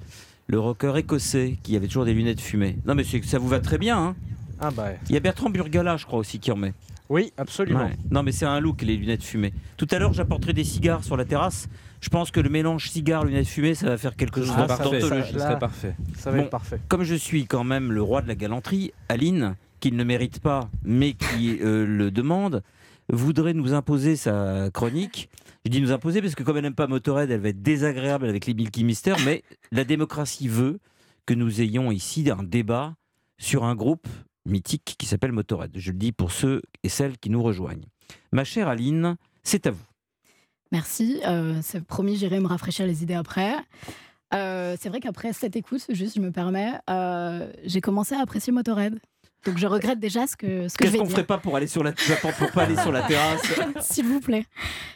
écossais, qui avait toujours des lunettes fumées. Non, mais ça vous va très bien. Hein. Ah bah. Il y a Bertrand Burgala, je crois aussi, qui en met. Oui, absolument. Ouais. Non, mais c'est un look, les lunettes fumées. Tout à l'heure, j'apporterai des cigares sur la terrasse. Je pense que le mélange cigare-lunettes fumées, ça va faire quelque chose d'anthologique. Ce serait parfait. Ça va être parfait. Comme je suis quand même le roi de la galanterie, Aline, qui ne le mérite pas, mais qui le demande, voudrait nous imposer sa chronique. Je dis nous imposer parce que comme elle n'aime pas Motorhead, elle va être désagréable avec les Milky Mister, mais la démocratie veut que nous ayons ici un débat sur un groupe mythique qui s'appelle Motorhead. Je le dis pour ceux et celles qui nous rejoignent. Ma chère Aline, c'est à vous. Merci. C'est promis, j'irai me rafraîchir les idées après. C'est vrai qu'après cette écoute, juste, je me permets, j'ai commencé à apprécier Motorhead. Donc je regrette déjà ce que je vais dire. Qu'est-ce qu'on ferait pas pour aller sur la terrasse S'il vous plaît.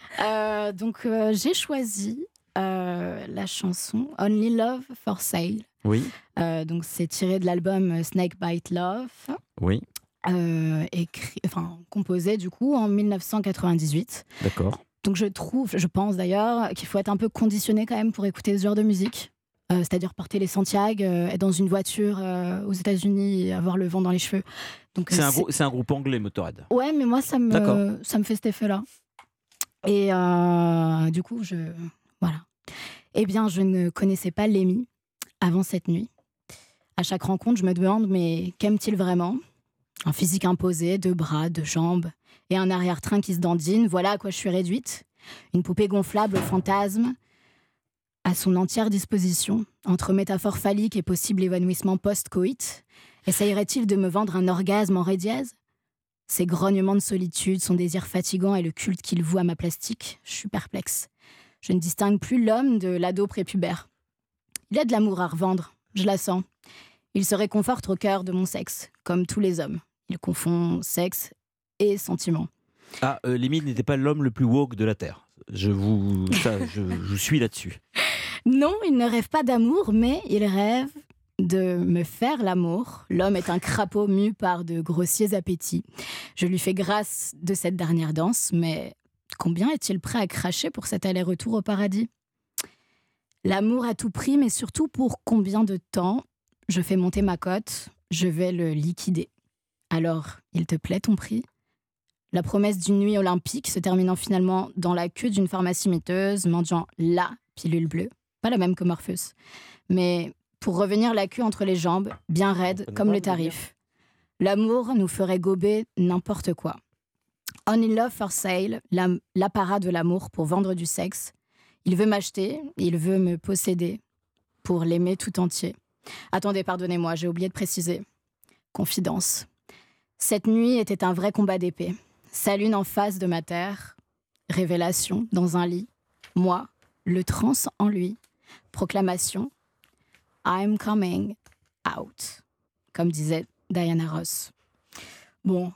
Donc j'ai choisi la chanson Only Love for Sale. Oui. Donc c'est tiré de l'album Snake Bite Love. Oui. Composé du coup en 1998. D'accord. Donc je pense d'ailleurs qu'il faut être un peu conditionné quand même pour écouter ce genre de musique. C'est-à-dire porter les Santiago, être dans une voiture aux États-Unis et avoir le vent dans les cheveux. Donc c'est un groupe anglais, Motorhead. Ouais, mais moi ça me fait cet effet-là. Et du coup, voilà. Eh bien, je ne connaissais pas Lemmy avant cette nuit. À chaque rencontre, je me demande, mais qu'aime-t-il vraiment ? Un physique imposé, 2 bras, 2 jambes, et un arrière-train qui se dandine, voilà à quoi je suis réduite. Une poupée gonflable au fantasme, à son entière disposition, entre métaphore phallique et possible évanouissement post-coït. Essayerait-il de me vendre un orgasme en ré dièse ? Ses grognements de solitude, son désir fatigant et le culte qu'il voue à ma plastique, je suis perplexe. Je ne distingue plus l'homme de l'ado prépubère. Il a de l'amour à revendre, je la sens. Il se réconforte au cœur de mon sexe, comme tous les hommes. Il confond sexe et sentiment. Ah, Lemmy n'était pas l'homme le plus woke de la Terre. Je vous suis là-dessus. Non, il ne rêve pas d'amour, mais il rêve de me faire l'amour. L'homme est un crapaud mu par de grossiers appétits. Je lui fais grâce de cette dernière danse, mais combien est-il prêt à cracher pour cet aller-retour au paradis ? L'amour à tout prix, mais surtout pour combien de temps ? Je fais monter ma cote, je vais le liquider. Alors, il te plaît ton prix ? La promesse d'une nuit olympique se terminant finalement dans la queue d'une pharmacie miteuse, mendiant la pilule bleue. Pas la même que Morpheus. Mais pour revenir la queue entre les jambes, bien raide, comme le tarif. L'amour nous ferait gober n'importe quoi. Only Love for Sale, l'apparat de l'amour pour vendre du sexe. Il veut m'acheter, il veut me posséder, pour l'aimer tout entier. Attendez, pardonnez-moi, j'ai oublié de préciser. Confidence. Cette nuit était un vrai combat d'épée. Sa lune en face de ma terre. Révélation dans un lit. Moi, le trans en lui. Proclamation. I'm coming out. Comme disait Diana Ross. Bon,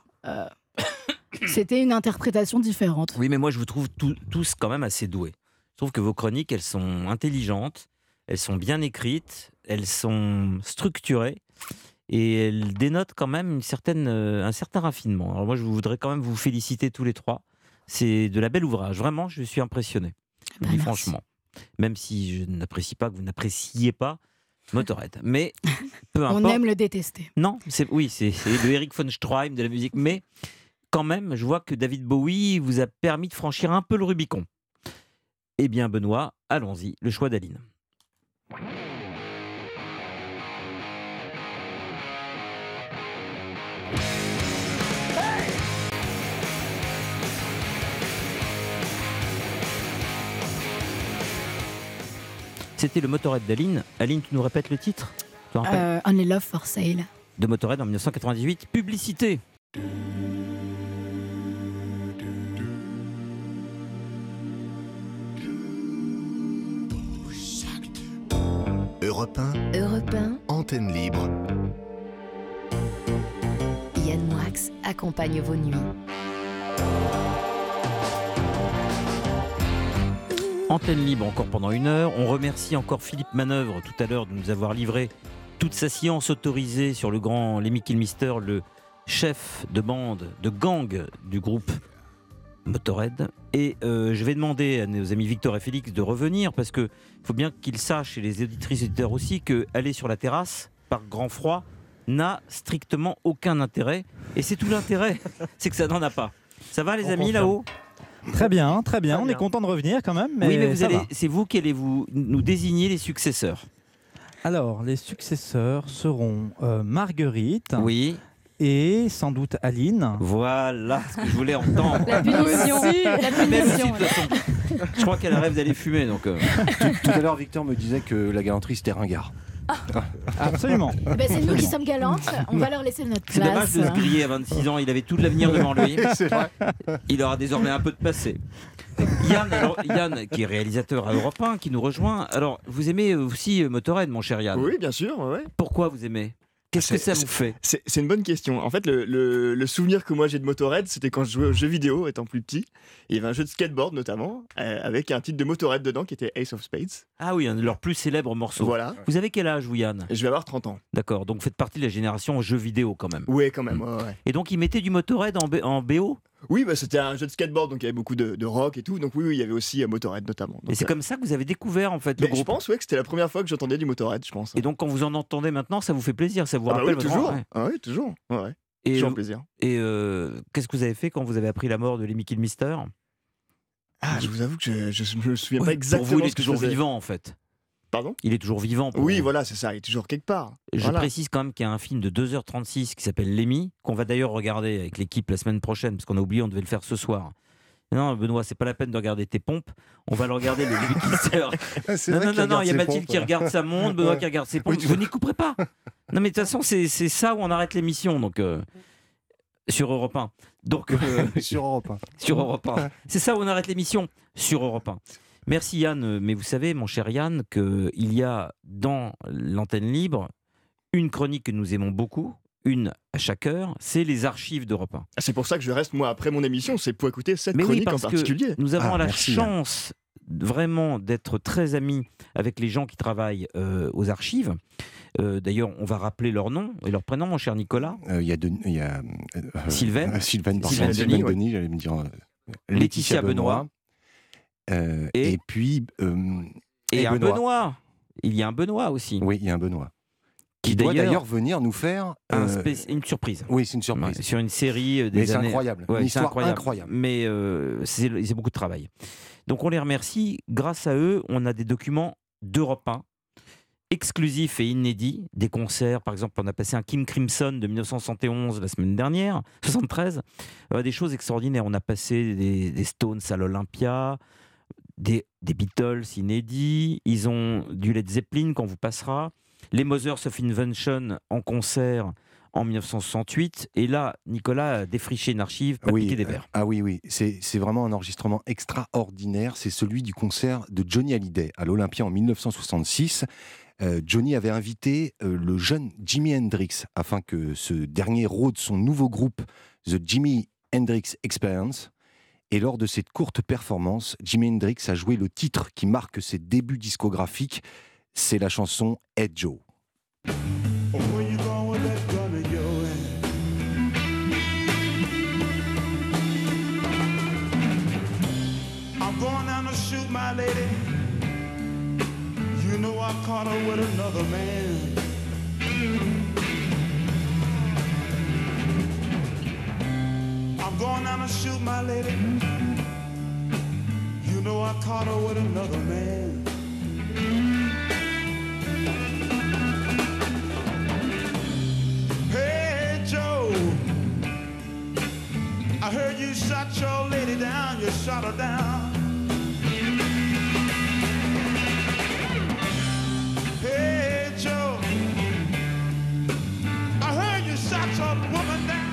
c'était une interprétation différente. Oui, mais moi, je vous trouve tous quand même assez doués. Je trouve que vos chroniques, elles sont intelligentes, elles sont bien écrites, elles sont structurées et elles dénotent quand même un certain raffinement. Alors moi, je voudrais quand même vous féliciter tous les trois. C'est de la belle ouvrage. Vraiment, je suis impressionné. Je vous dis franchement. même si je n'apprécie pas que vous n'appréciez pas Motorhead. Mais peu importe. On aime le détester. Non, c'est le Eric von Stroheim de la musique, mais quand même, je vois que David Bowie vous a permis de franchir un peu le Rubicon. Eh bien, Benoît, allons-y, le choix d'Aline. C'était le Motorhead d'Aline. Aline, tu nous répètes le titre? Tu te rappelles Only Love for Sale. De Motorhead en 1998. Publicité. Europe 1. Europe 1, Antenne libre. Yann Moix accompagne vos nuits. Antenne libre encore pendant 1 heure. On remercie encore Philippe Manœuvre tout à l'heure de nous avoir livré toute sa science autorisée sur le grand Lemmy Kilmister, le chef de bande, de gang du groupe Motorhead. Et je vais demander à nos amis Victor et Félix de revenir parce qu'il faut bien qu'ils sachent, et les auditrices et auditeurs aussi, qu'aller sur la terrasse par grand froid n'a strictement aucun intérêt. Et c'est tout l'intérêt, c'est que ça n'en a pas. Ça va les amis là-haut ? Très bien, très bien. On est content de revenir quand même. Mais oui, mais c'est vous qui allez nous désigner les successeurs. Alors, les successeurs seront Marguerite. Oui. Et sans doute Aline. Voilà ce que je voulais entendre. La punition. La punition. Je crois qu'elle rêve d'aller fumer. Donc, Tout à l'heure, Victor me disait que la galanterie c'était ringard. Absolument. C'est nous qui sommes galantes, on va leur laisser notre place. C'est dommage de se griller à 26 ans, il avait tout l'avenir devant lui. C'est vrai. Il aura désormais un peu de passé. Yann, qui est réalisateur à Europe 1, qui nous rejoint. Alors, vous aimez aussi Motorhead, mon cher Yann? Oui, bien sûr. Ouais. Pourquoi vous aimez? Qu'est-ce que ça vous fait? C'est une bonne question. En fait, le souvenir que moi j'ai de Motorhead, c'était quand je jouais aux jeux vidéo étant plus petit. Il y avait un jeu de skateboard notamment, avec un titre de Motorhead dedans qui était Ace of Spades. Ah oui, un de leurs plus célèbres morceaux. Voilà. Vous avez quel âge, vous, Yann? Je vais avoir 30 ans. D'accord, donc vous faites partie de la génération jeux vidéo quand même. Oui, quand même. Ouais. Et donc, ils mettaient du Motorhead en BO? Oui, c'était un jeu de skateboard, donc il y avait beaucoup de rock et tout. Donc oui, il y avait aussi Motorhead notamment. Donc, et c'est comme ça que vous avez découvert en fait le groupe? Je pense que c'était la première fois que j'entendais du Motorhead, je pense. Et donc quand vous en entendez maintenant, ça vous fait plaisir, ça vous rappelle oui, votre toujours. Ouais. Ah oui, toujours. Ouais. Et toujours plaisir. Et qu'est-ce que vous avez fait quand vous avez appris la mort de Lemmy Kilmister? Ah, je vous avoue que je me souviens pas exactement. Pour vous, il est toujours vivant en fait. Pardon? Il est toujours vivant. Oui, voilà, c'est ça, il est toujours quelque part. Je précise quand même qu'il y a un film de 2h36 qui s'appelle Lemmy, qu'on va d'ailleurs regarder avec l'équipe la semaine prochaine, parce qu'on a oublié, on devait le faire ce soir. Non, Benoît, c'est pas la peine de regarder tes pompes. On va le regarder, le Lemmy Kilmister. Non, il y a Mathilde qui regarde sa montre, Benoît qui regarde ses pompes. Vous n'y couperez pas. Non, mais de toute façon, c'est ça où on arrête l'émission, donc sur Europe 1. Donc, sur Europe 1. Sur Europe 1. C'est ça où on arrête l'émission, sur Europe 1. Merci Yann, mais vous savez, mon cher Yann, qu'il y a dans l'antenne libre une chronique que nous aimons beaucoup, une à chaque heure, c'est les archives d'Europe 1. C'est pour ça que je reste, moi, après mon émission, c'est pour écouter cette chronique en particulier. Nous avons la chance vraiment d'être très amis avec les gens qui travaillent aux archives. D'ailleurs, on va rappeler leur nom et leur prénom, mon cher Nicolas. Il y a Sylvain Denis, j'allais me dire Laetitia Benoît. Et puis et un Benoît. Il y a un Benoît aussi. Oui, il y a un Benoît. Qui doit d'ailleurs venir nous faire une surprise. Oui, c'est une surprise. Sur une série des Mais c'est années. incroyable. Ouais, une histoire incroyable. Mais c'est beaucoup de travail. Donc on les remercie. Grâce à eux, on a des documents d'Europe 1 exclusifs et inédits. Des concerts, par exemple, on a passé un King Crimson de 1971 la semaine dernière, 73. Des choses extraordinaires. On a passé des Stones à l'Olympia. Des Beatles inédits, ils ont du Led Zeppelin qu'on vous passera, les Mothers of Invention en concert en 1968, et là, Nicolas a défriché une archive, pas piqué des verres. Ah oui, c'est vraiment un enregistrement extraordinaire, c'est celui du concert de Johnny Hallyday à l'Olympia en 1966. Johnny avait invité le jeune Jimi Hendrix afin que ce dernier rôde son nouveau groupe, The Jimi Hendrix Experience. Et lors de cette courte performance, Jimi Hendrix a joué le titre qui marque ses débuts discographiques. C'est la chanson Hey Joe. caught her with another man. I'm going down to shoot my lady. You know I caught her with another man. Hey Joe, I heard you shot your lady down, you shot her down. Hey Joe, I heard you shot your woman down.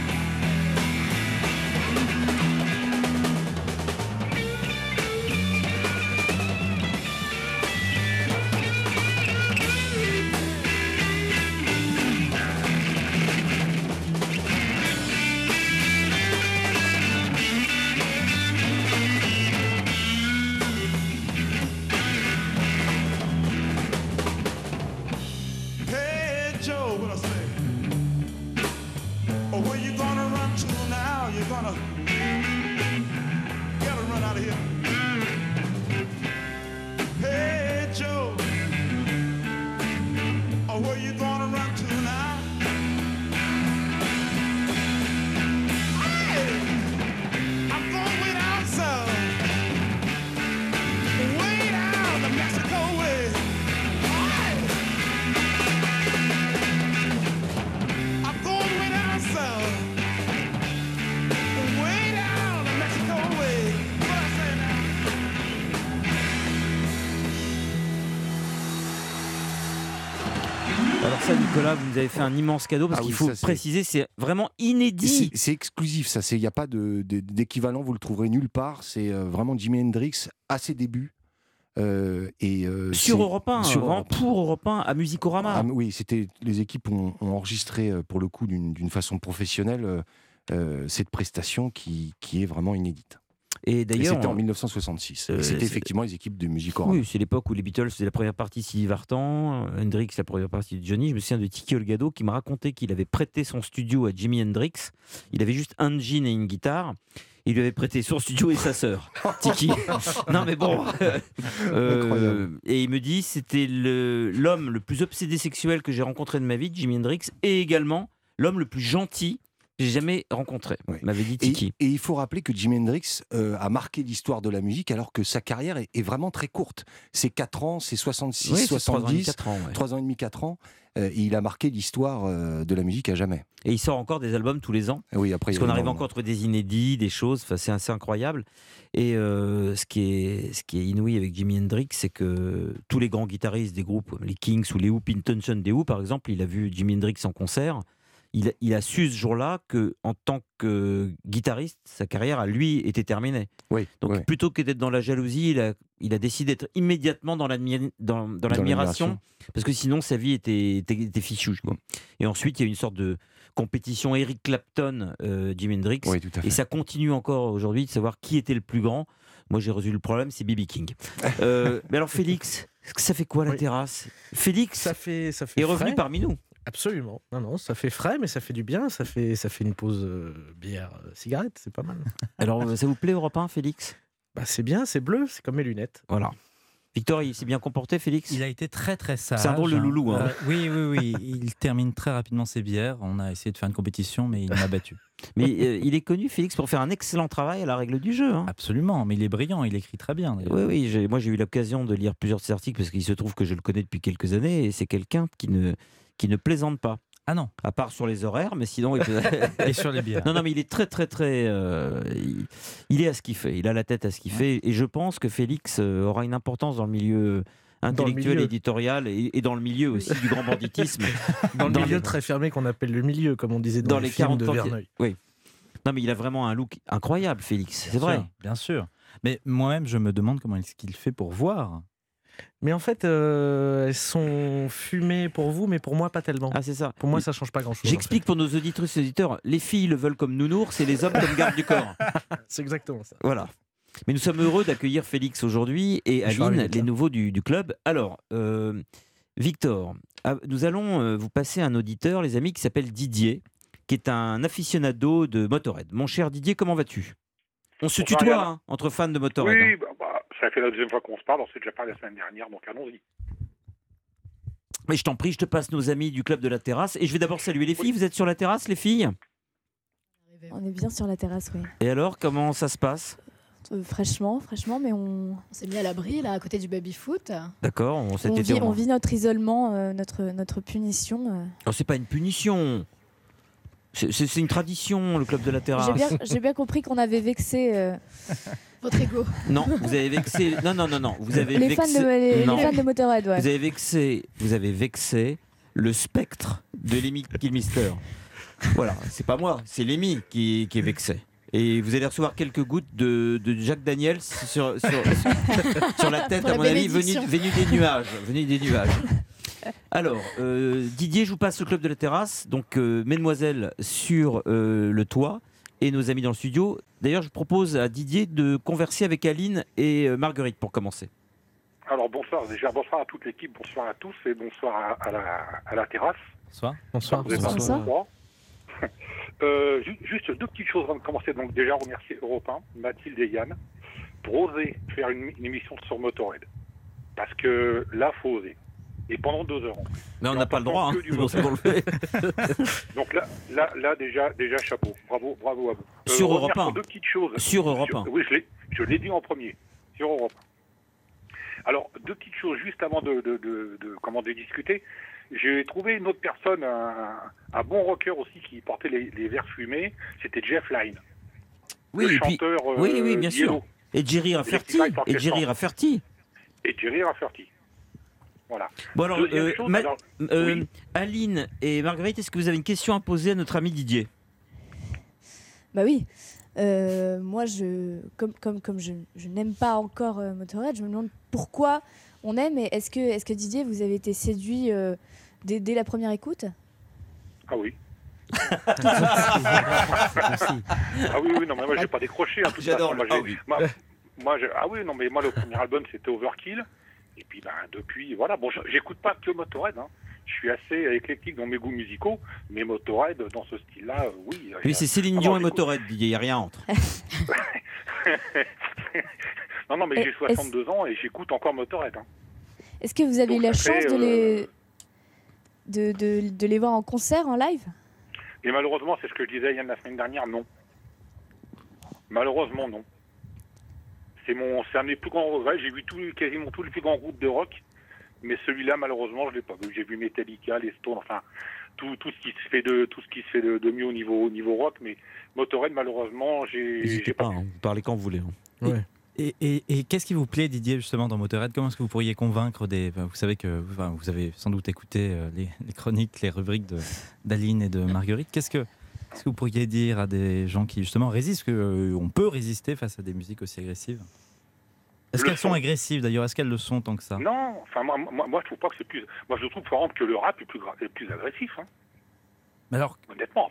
Hey Joe, what I say? Oh, where you gonna run to now? You're gonna gotta run out of here. Hey Joe, oh, where you gonna run to now? Hey, I'm going way down south, way down the Mexico way. I'm going way down south, way down the Mexico way. What I say now? Alors ça, Nicolas, vous nous avez fait un immense cadeau parce Ah oui, qu'il faut ça, c'est- préciser, c'est vraiment inédit. C'est exclusif, ça. Il n'y a pas d'équivalent, vous le trouverez nulle part. C'est vraiment Jimi Hendrix à ses débuts. Sur Europe 1, sur vraiment Europe 1. pour Europe 1, à Musicorama. Ah, oui, les équipes ont enregistré pour le coup d'une façon professionnelle cette prestation qui est vraiment inédite. Et d'ailleurs, c'était en 1966. Et c'était effectivement les équipes de Musicorama. Oui, c'est l'époque où les Beatles faisaient la première partie Sylvie Vartan, Hendrix la première partie de Johnny. Je me souviens de Tiki Olgado qui m'a raconté qu'il avait prêté son studio à Jimi Hendrix. Il avait juste un jean et une guitare. Il lui avait prêté son studio et sa sœur, Tiki. Non mais bon. Et il me dit c'était l'homme le plus obsédé sexuel que j'ai rencontré de ma vie, Jimi Hendrix, et également l'homme le plus gentil que j'ai jamais rencontré, m'avait dit Tiki. Et il faut rappeler que Jimi Hendrix a marqué l'histoire de la musique alors que sa carrière est vraiment très courte. C'est 4 ans, c'est 66, Oui, c'est 70, 3 ans et demi, 4 ans, ouais. 3 ans et demi, 4 ans. Et il a marqué l'histoire de la musique à jamais. Et il sort encore des albums tous les ans. Oui, après, parce qu'on arrive encore à trouver des inédits, des choses. Enfin, c'est assez incroyable. Et ce qui est inouï avec Jimi Hendrix, c'est que tous les grands guitaristes des groupes, les Kings ou les Who, Pete Townshend des Who, par exemple, il a vu Jimi Hendrix en concert. Il a su ce jour-là que, en tant que guitariste, sa carrière à lui était terminée. Oui, donc plutôt que d'être dans la jalousie, il a décidé d'être immédiatement dans l'admiration, parce que sinon sa vie était fichue, quoi. Et ensuite, il y a une sorte de compétition Eric Clapton, Jimi Hendrix, Oui, tout à fait. et ça continue encore aujourd'hui de savoir qui était le plus grand. Moi, j'ai résolu le problème, c'est B.B. King. Mais alors, Félix, ça fait quoi la terrasse? Félix ça fait est revenu frais. parmi nous. Absolument. Non, ça fait frais, mais ça fait du bien. Ça fait une pause bière, cigarette, c'est pas mal. Alors, ça vous plaît Europe 1, Félix? Bah, c'est bien, c'est bleu, c'est comme mes lunettes. Voilà. Victor, il s'est bien comporté, Félix? Il a été très très sage. C'est un drôle de loulou. Hein. Oui. Il termine très rapidement ses bières. On a essayé de faire une compétition, mais il m'a battu. Mais il est connu, Félix, pour faire un excellent travail à la règle du jeu. Hein. Absolument, mais il est brillant, il écrit très bien. d'ailleurs. Oui, moi j'ai eu l'occasion de lire plusieurs de ses articles parce qu'il se trouve que je le connais depuis quelques années et c'est quelqu'un qui ne plaisante pas. Ah non. À part sur les horaires, mais sinon... Et sur les bières. Non, mais il est très... il est à ce qu'il fait, il a la tête à ce qu'il fait. Et je pense que Félix aura une importance dans le milieu intellectuel, éditorial et dans le milieu aussi du grand banditisme. Dans le milieu très fermé qu'on appelle le milieu, comme on disait dans les films 40 de ans. Verneuil. Oui. Non, mais il a vraiment un look incroyable, Félix. C'est vrai. Bien sûr. Mais moi-même, je me demande comment est-ce qu'il fait pour voir. Mais en fait, elles sont fumées pour vous, mais pour moi, pas tellement. Ah, c'est ça. Pour moi, ça change pas grand-chose. J'explique pour nos auditrices et auditeurs, les filles le veulent comme nounours et les hommes comme garde du corps. C'est exactement ça. Voilà. Mais nous sommes heureux d'accueillir Félix aujourd'hui et Aline, les nouveaux du club. Alors, Victor, nous allons vous passer un auditeur, les amis, qui s'appelle Didier, qui est un aficionado de Motorhead. Mon cher Didier, comment vas-tu? On se tutoie hein, entre fans de Motorhead. Oui, hein. ça fait la deuxième fois qu'on se parle, on s'est déjà parlé la semaine dernière, donc allons-y. Mais je t'en prie, je te passe nos amis du club de la terrasse. Et je vais d'abord saluer les filles. Vous êtes sur la terrasse, les filles? On est bien sur la terrasse, oui. Et alors, comment ça se passe? Fraîchement, mais on s'est mis à l'abri, là, à côté du baby-foot. D'accord, on vit notre isolement, notre punition. Oh, c'est pas une punition. C'est une tradition, le club de la terrasse. J'ai bien compris qu'on avait vexé... Votre ego. Non, vous avez vexé... Non. Vous avez les vexé... fans de Motorhead, ouais. Vous avez vexé le spectre de Lemmy Kilmister. Voilà, c'est pas moi, c'est Lemmy qui est vexé. Et vous allez recevoir quelques gouttes de Jack Daniels sur la tête, à mon avis, venu des nuages. Alors, Didier, je vous passe le club de la terrasse. Donc, mesdemoiselles sur le toit et nos amis dans le studio. D'ailleurs, je propose à Didier de converser avec Aline et Marguerite pour commencer. Alors, bonsoir. Déjà, bonsoir à toute l'équipe, bonsoir à tous et bonsoir à la terrasse. Bonsoir. Bonsoir. Juste deux petites choses avant de commencer. Donc, déjà, remercier Europe 1, Mathilde et Yann, pour oser faire une émission sur Motorhead. Parce que là, faut oser. Et pendant 2 heures. Mais on n'a pas le droit, c'est pour ça qu'on le fait. Donc là déjà, chapeau. Bravo à vous. Sur Europe 1. Deux petites choses. Sur Europe 1. Oui, je l'ai dit en premier. Sur Europe 1. Alors, deux petites choses juste avant de discuter. J'ai trouvé une autre personne, un bon rocker aussi, qui portait les verres fumés. C'était Jeff Lynne. Oui, le chanteur, oui, bien sûr. Yellow. Et Jerry Rafferty. Voilà. Bon alors, Aline et Marguerite, est-ce que vous avez une question à poser à notre ami Didier? Bah oui. Moi, comme je n'aime pas encore Motorhead, je me demande pourquoi on aime. Et est-ce que Didier, vous avez été séduit dès la première écoute? Ah oui. Oui, non, mais moi j'ai pas décroché. J'adore. Mais moi le premier album c'était Overkill. Et puis depuis, voilà, bon, j'écoute pas que Motorhead, hein. Je suis assez éclectique dans mes goûts musicaux, mais Motorhead, dans ce style-là, oui. Oui, c'est Céline Dion et Motorhead, il n'y a rien entre. non, mais j'ai 62 ans et j'écoute encore Motorhead. Hein. Est-ce que vous avez eu la chance de les voir en concert, en live? Et malheureusement, c'est ce que je disais Yann la semaine dernière, non. Malheureusement, non. C'est un des plus grands. Ouais, j'ai vu quasiment tous les plus grands groupes de rock, mais celui-là, malheureusement, je l'ai pas vu. J'ai vu Metallica, les Stones, enfin tout ce qui se fait de mieux au niveau rock, mais Motorhead, malheureusement, j'ai pas. Vous parlez quand vous voulez. Hein. Ouais. Et qu'est-ce qui vous plaît, Didier, justement, dans Motorhead? Comment est-ce que vous pourriez convaincre vous savez que vous avez sans doute écouté les chroniques, les rubriques d'Aline et de Marguerite. Qu'est-ce que vous pourriez dire à des gens qui, justement, résistent, qu'on peut résister face à des musiques aussi agressives? Est-ce qu'elles sont agressives, d'ailleurs? Est-ce qu'elles le sont tant que ça? Non, enfin, moi je trouve pas que c'est plus... Moi, je trouve, par exemple, que le rap est plus agressif. Hein. Mais alors... Honnêtement,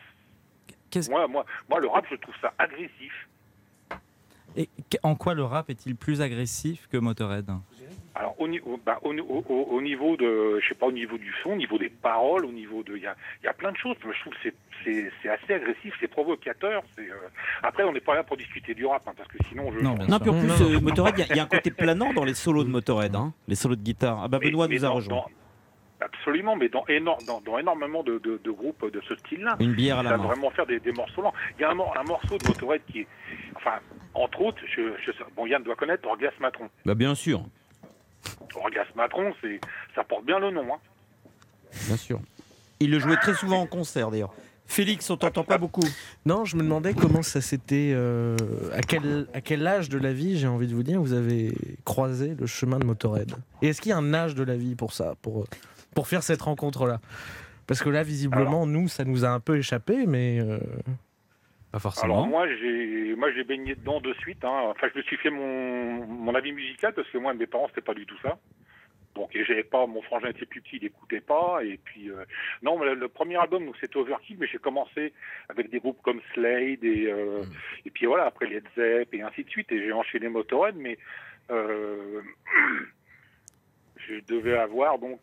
moi, le rap, je trouve ça agressif. Et en quoi le rap est-il plus agressif que Motorhead? Alors au niveau de, je sais pas, au niveau du son, au niveau des paroles, au niveau de, il y a plein de choses. Moi, je trouve que c'est assez agressif, c'est provocateur. Après, on n'est pas là pour discuter du rap, hein, parce que sinon je. Non, puis en plus, Motorhead, il y a un côté planant dans les solos de Motorhead, hein, les solos de guitare. Ah bah Benoît nous a rejoint. Absolument, mais dans énormément de groupes de ce style-là. Une bière à la main. Ça va vraiment faire des morceaux lents. Il y a un morceau de Motorhead qui est, enfin, entre autres, Yann doit connaître Orgasmatron. Bah bien sûr. Orgasmatron, ça porte bien le nom. Hein. Bien sûr. Il le jouait très souvent en concert d'ailleurs. Félix, on t'entend pas beaucoup. Non, je me demandais comment ça s'était... à quel âge de la vie, j'ai envie de vous dire, vous avez croisé le chemin de Motorhead? Et est-ce qu'il y a un âge de la vie pour ça, pour faire cette rencontre-là? Parce que là, visiblement, nous, ça nous a un peu échappé, mais... Pas forcément. Alors moi j'ai baigné dedans de suite. Hein. Enfin, je me suis fait mon avis musical parce que moi, mes parents, c'était pas du tout ça. Donc, j'avais pas, mon frangin était plus petit, il n'écoutait pas. Et puis, non, le premier album, c'était Overkill, mais j'ai commencé avec des groupes comme Slade et puis voilà, après Led Zepp et ainsi de suite. Et j'ai enchaîné Motorhead, mais je devais avoir donc,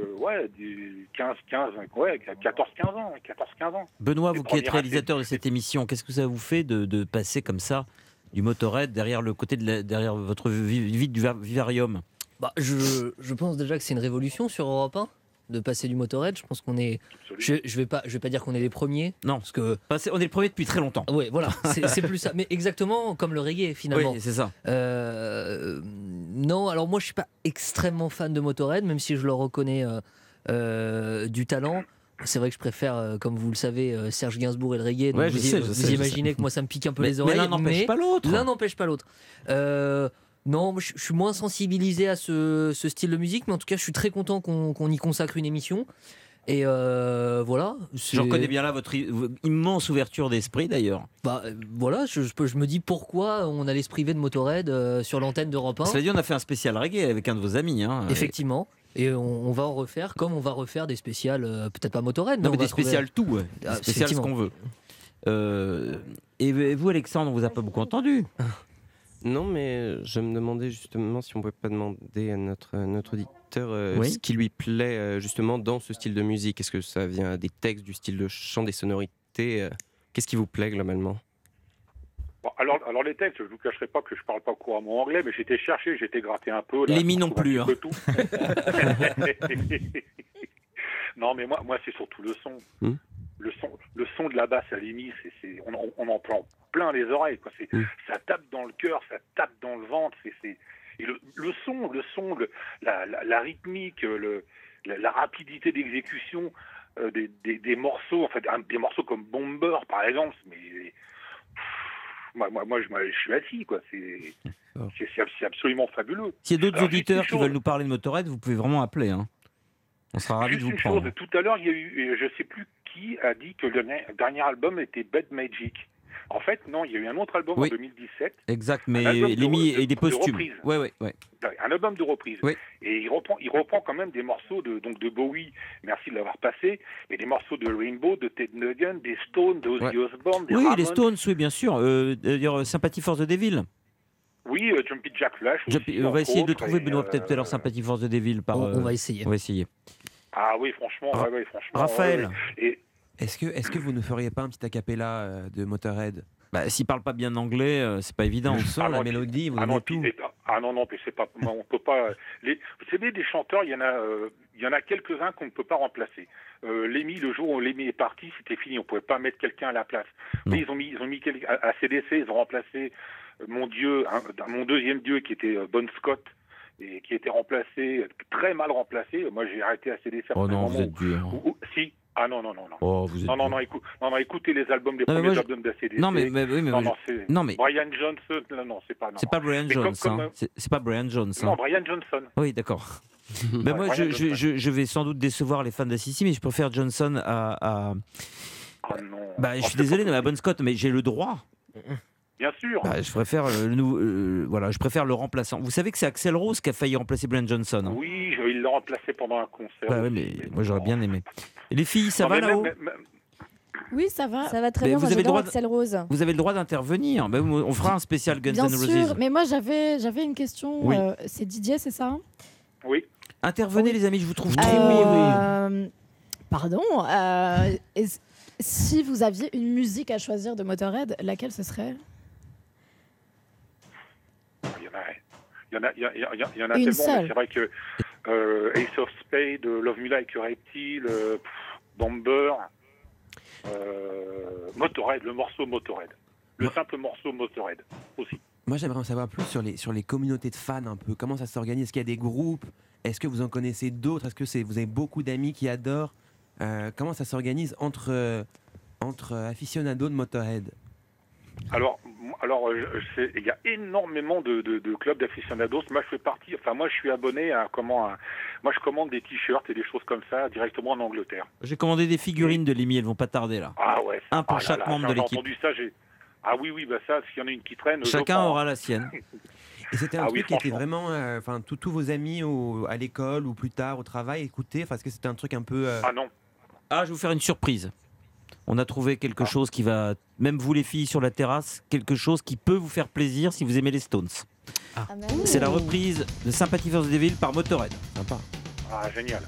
14-15 ans. Benoît, vous qui êtes réalisateur de cette émission, qu'est-ce que ça vous fait de passer comme ça du Motorhead derrière le côté derrière votre vie du vivarium? Je pense déjà que c'est une révolution sur Europe 1 de passer du Motorhead. Je pense qu'on est. Je vais pas dire qu'on est les premiers. Non, parce que on est les premiers depuis très longtemps. Oui, voilà, c'est plus ça. Mais exactement comme le reggae finalement. Oui, c'est ça. Non, alors moi je suis pas extrêmement fan de Motorhead, même si je leur reconnais du talent. C'est vrai que je préfère, comme vous le savez, Serge Gainsbourg et le reggae. Donc vous imaginez que moi ça me pique un peu les oreilles. Mais l'un n'empêche pas l'autre. L'un n'empêche pas l'autre. Non, moi, je suis moins sensibilisé à ce style de musique, mais en tout cas, je suis très content qu'on y consacre une émission. Et voilà. Je reconnais bien là votre immense ouverture d'esprit d'ailleurs. Voilà, je me dis pourquoi on allait se priver de Motorhead sur l'antenne d'Europe 1. Cela dit, on a fait un spécial reggae avec un de vos amis. Effectivement. Et on va en refaire comme on va refaire des spéciales, peut-être pas Motorhead, mais des spéciales tout, ouais. Des spéciales ce qu'on veut. Et vous, Alexandre, on vous a pas beaucoup entendu. Non, mais je me demandais justement si on pouvait pas demander à notre auditeur ce qui lui plaît justement dans ce style de musique. Est-ce que ça vient des textes, du style de chant, des sonorités Qu'est-ce qui vous plaît globalement? Bon, alors les textes, je ne vous cacherai pas que je parle pas couramment anglais, mais j'étais cherché, j'étais gratté un peu. Les mi non plus. Tout. Non, mais moi c'est surtout le son. Le son de la basse à l'EMI, on en prend plein les oreilles, quoi. Ça tape dans le cœur, ça tape dans le ventre. Et le son, la rythmique, la rapidité d'exécution des morceaux, en fait, des morceaux comme Bomber par exemple. Mais moi je suis assis, quoi. C'est absolument fabuleux. S'il y a d'autres auditeurs qui veulent nous parler de Motorhead, vous pouvez vraiment appeler. On sera ravis de vous prendre. Tout à l'heure, il y a eu, je sais plus qui a dit que le dernier album était Bad Magic. En fait, non, il y a eu un autre album en 2017. Exact, mais l'EMI et des posthumes. Ouais. Un album de reprise. Oui. Et il reprend quand même des morceaux de Bowie, merci de l'avoir passé, et des morceaux de Rainbow, de Ted Nugent, des Stones, de Ozzy Osbourne, des Ramones. Les Stones, oui, bien sûr. D'ailleurs, Sympathy for the Devil. Oui, Jumpy Jack Flash. On va essayer de trouver, Benoît, peut-être tout à l'heure, Sympathy for the Devil. On va essayer. On va essayer. Ah oui, franchement. Raphaël, est-ce que vous ne feriez pas un petit acapella de Motorhead? S'il parle pas bien anglais, c'est pas évident. Le son, la mélodie, vous donnez tout. Non, mais c'est pas. On peut pas. Vous savez, des chanteurs, il y en a quelques-uns qu'on ne peut pas remplacer. Lemmy, le jour où Lemmy est parti, c'était fini. On pouvait pas mettre quelqu'un à la place. Mais ils ont mis à CDC, ils ont remplacé mon deuxième dieu qui était Bon Scott. Et qui était remplacé, très mal remplacé. Moi, j'ai arrêté à CDC. Oh non, vous êtes dur. Si. Ah non. Oh, vous êtes non, écoutez les albums, les premiers albums d'ACDC. Non, mais Brian Johnson, non, c'est pas. C'est pas Brian Jones, c'est pas Brian Jones. Non, Brian Johnson. Oui, d'accord. Moi, je vais sans doute décevoir les fans d'ACDC, mais je préfère Johnson à. Ah non. Je suis désolé, mais à Bon Scott, mais j'ai le droit. Bien sûr. Je préfère je préfère le remplaçant. Vous savez que c'est Axl Rose qui a failli remplacer Brian Johnson. Oui, il l'a remplacé pendant un concert. Oui, mais moi j'aurais bien aimé. Et les filles, ça va là-haut? Oui, ça va. Ça va très bien. Vous avez Axl Rose. Vous avez le droit d'intervenir. On fera un spécial Guns N' Roses. Bien sûr, mais moi j'avais une question. Oui. C'est Didier, c'est ça? Oui. Intervenez les amis, je vous trouve trop. Pardon. Si vous aviez une musique à choisir de Motorhead, laquelle ce serait? Il y en a tellement, mais c'est vrai que Ace of Spades, Love Me Like a Reptile, Bomber, Motorhead, le morceau Motorhead. Le simple morceau Motorhead aussi. Moi, j'aimerais en savoir plus sur les communautés de fans un peu. Comment ça s'organise? Est-ce qu'il y a des groupes? Est-ce que vous en connaissez d'autres? Est-ce que vous avez beaucoup d'amis qui adorent? Comment ça s'organise entre aficionados de Motorhead? Alors, il y a énormément de clubs d'aficionados. Moi, je suis abonné à moi, je commande des t-shirts et des choses comme ça directement en Angleterre. J'ai commandé des figurines de Lemmy, elles vont pas tarder là. Ah ouais. Un pour chaque membre de l'équipe. J'ai entendu ça. Ah oui, ça, s'il y en a une qui traîne. Chacun aura la sienne. Et c'était un truc qui était vraiment, tous vos amis à l'école ou plus tard au travail écoutaient. Est-ce que c'était un truc un peu Ah non. Ah, je vais vous faire une surprise. On a trouvé quelque chose qui va, même vous les filles sur la terrasse, quelque chose qui peut vous faire plaisir si vous aimez les Stones. C'est la reprise de Sympathy for the Devil par Motorhead. Sympa. Ah, génial.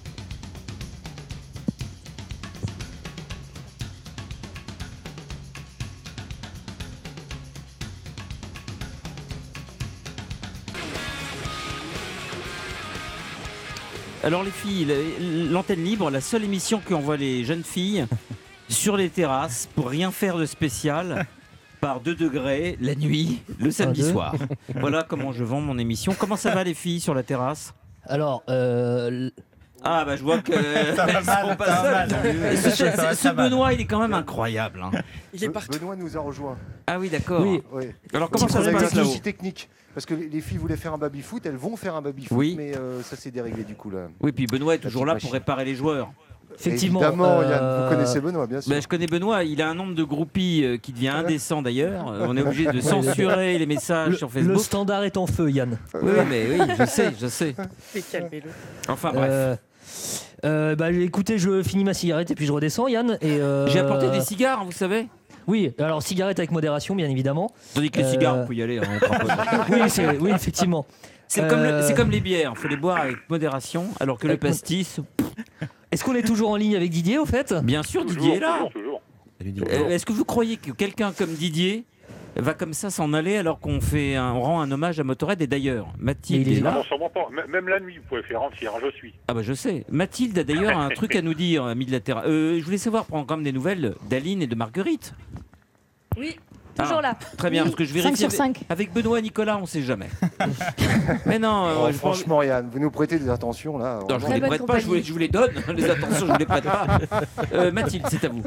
Alors les filles, l'antenne libre, la seule émission qui envoie les jeunes filles sur les terrasses pour rien faire de spécial par 2 degrés la nuit, le samedi soir. Voilà comment je vends mon émission. Comment ça va les filles sur la terrasse? Alors, ah bah je vois que Ça va mal, ça va mal. ce Benoît il est quand même incroyable. Hein. Il est partout. Benoît nous a rejoint. Ah oui d'accord. Oui. Oui. Alors comment ça se passe là-haut? Technique. Parce que les filles voulaient faire un baby-foot, elles vont faire un baby-foot, Oui. mais ça s'est déréglé du coup là. Oui puis Benoît est toujours là pour réparer les joueurs. Effectivement. Évidemment, Yann, vous connaissez Benoît, bien sûr. Ben, je connais Benoît, il a un nombre de groupies qui devient indécent d'ailleurs. On est obligé de censurer les messages sur Facebook. Le standard est en feu, Yann. Oui, mais oui, je sais. Mais calmez-le. Enfin bref. Bah, écoutez, je finis ma cigarette et puis je redescends, Yann. J'ai apporté des cigares, vous savez. Oui, alors cigarette avec modération, bien évidemment. Tandis que les cigares, on peut y aller. Hein, on crapote. oui, effectivement. C'est comme les bières, il faut les boire avec modération, alors que le pastis. Est-ce qu'on est toujours en ligne avec Didier, au fait? Bien sûr, Didier est là. Toujours. Est-ce que vous croyez que quelqu'un comme Didier va comme ça s'en aller alors qu'on rend un hommage à Motorhead? Et d'ailleurs, Mathilde est là. Non, sûrement pas. Même la nuit, vous pouvez faire entière, je suis. Ah bah je sais. Mathilde a d'ailleurs un truc à nous dire, ami de la Terre. Je voulais savoir, prendre quand même des nouvelles d'Aline et de Marguerite. Oui, toujours là. Très bien, parce que je vérifie. 5 sur 5. Avec Benoît et Nicolas, on sait jamais. Mais non, franchement, Yann, vous nous prêtez des attentions là. Non, je vous les prête pas, je vous les donne. Les attentions, je vous les prête pas. Mathilde, c'est à vous.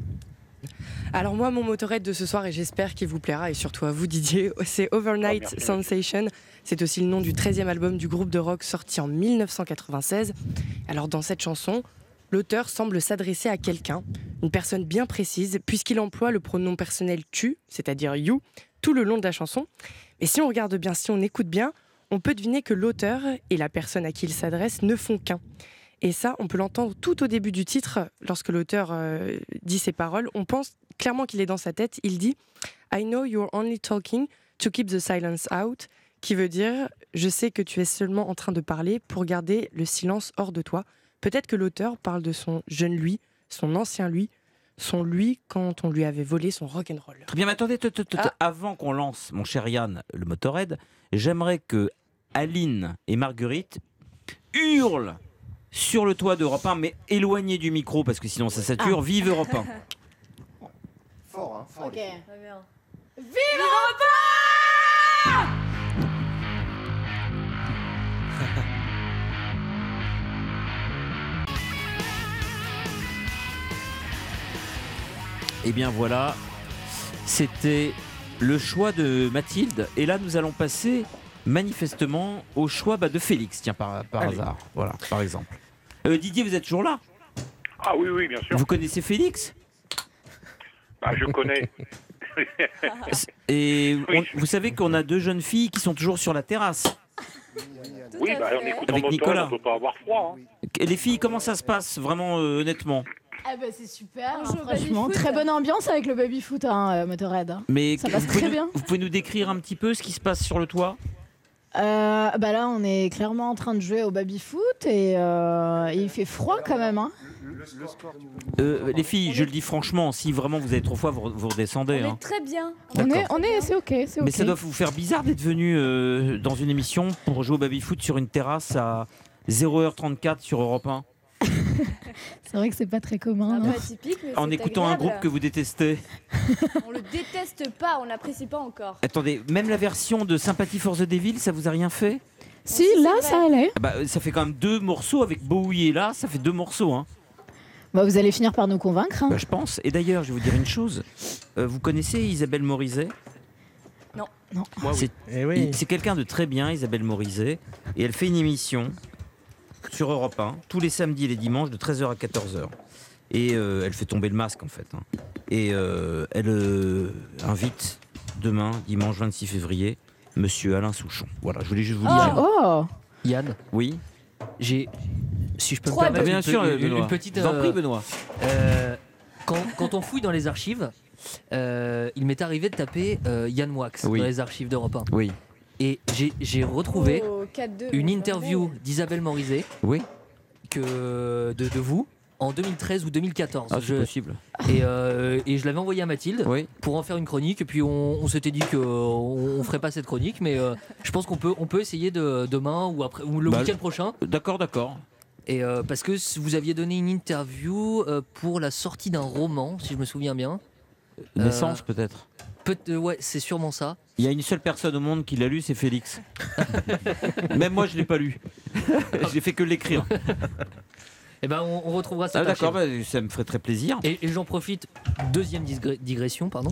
Alors moi, mon Motorhead de ce soir, et j'espère qu'il vous plaira, et surtout à vous Didier, c'est Overnight Sensation. C'est aussi le nom du 13e album du groupe de rock sorti en 1996. Alors dans cette chanson, l'auteur semble s'adresser à quelqu'un, une personne bien précise, puisqu'il emploie le pronom personnel tu, c'est-à-dire you, tout le long de la chanson. Et si on regarde bien, si on écoute bien, on peut deviner que l'auteur et la personne à qui il s'adresse ne font qu'un. Et ça, on peut l'entendre tout au début du titre, lorsque l'auteur dit ces paroles. On pense clairement qu'il est dans sa tête. Il dit « I know you're only talking to keep the silence out », qui veut dire « Je sais que tu es seulement en train de parler pour garder le silence hors de toi ». Peut-être que l'auteur parle de son jeune lui, son ancien lui, son lui quand on lui avait volé son rock'n'roll. Très bien, mais attendez, avant qu'on lance, mon cher Yann, le Motorhead, j'aimerais que Aline et Marguerite hurlent sur le toit d'Europe 1, mais éloignés du micro, parce que sinon ça sature. Vive Europe 1. Fort, hein, fort. Ok. Vive Europa! Et bien voilà, c'était le choix de Mathilde. Et là, nous allons passer manifestement au choix de Félix, tiens, par hasard. Voilà, par exemple. Didier, vous êtes toujours là? Ah oui, oui, bien sûr. Vous connaissez Félix? Bah, je connais. Et vous savez qu'on a 2 jeunes filles qui sont toujours sur la terrasse. Oui, bah, on écoute Avec en Nicolas. on ne peut pas avoir froid. Hein. Et les filles, comment ça se passe, vraiment, honnêtement? Ah bah c'est super, On joue au franchement. baby-foot. Très bonne ambiance avec le baby-foot, Motorhead. Hein. Mais Ça passe très bien. Vous pouvez nous décrire un petit peu ce qui se passe sur le toit? Bah là, on est clairement en train de jouer au baby-foot et il fait froid quand même. Hein. Les filles, je le dis franchement, si vraiment vous avez trop froid, vous redescendez. On Hein. est très bien. C'est ok, c'est ok. Mais ça doit vous faire bizarre d'être venu dans une émission pour jouer au baby-foot sur une terrasse à 0h34 sur Europe 1. C'est vrai que c'est pas très commun. Un hein. peu atypique, mais En c'est écoutant un agréable. groupe que vous détestez. On le déteste pas, on l'apprécie pas encore. Attendez, même la version de Sympathy for the Devil, ça vous a rien fait? Si, là, ça allait. Ah bah, ça fait quand même 2 morceaux avec Bowie et là, ça fait 2 morceaux. Hein. Bah, vous allez finir par nous convaincre. Hein. Bah, je pense. Et d'ailleurs, je vais vous dire une chose. Vous connaissez Isabelle Morizet? Non. Non. C'est quelqu'un de très bien, Isabelle Morizet. Et elle fait une émission sur Europe 1, tous les samedis et les dimanches, de 13h à 14h. Et elle fait tomber le masque, en fait. Hein. Et elle invite demain, dimanche 26 février, Monsieur Alain Souchon. Voilà, je voulais juste vous dire. Oh. Yann, Oui. Si je peux me 3, permettre bien sûr, une Benoît. petite... Je vous en prie, Benoît. Quand on fouille dans les archives, il m'est arrivé de taper Yann Moix Oui. dans les archives d'Europe 1. Oui. Et j'ai retrouvé Oh, 4-2, une on interview s'en d'Isabelle Morizet Oui. de vous en 2013 ou 2014. Ah, c'est possible. Et je l'avais envoyé à Mathilde pour en faire une chronique. Et puis on s'était dit qu'on ne ferait pas cette chronique. Mais je pense qu'on peut essayer demain ou, après, ou le Bah, week-end prochain. D'accord. Et parce que vous aviez donné une interview pour la sortie d'un roman, si je me souviens bien. Naissance peut-être. Ouais, c'est sûrement ça. Il y a une seule personne au monde qui l'a lu, c'est Félix. Même moi, je l'ai pas lu. J'ai fait que l'écrire. Eh ben, on retrouvera ça. D'accord, ça me ferait très plaisir. Et j'en profite, deuxième digression, pardon.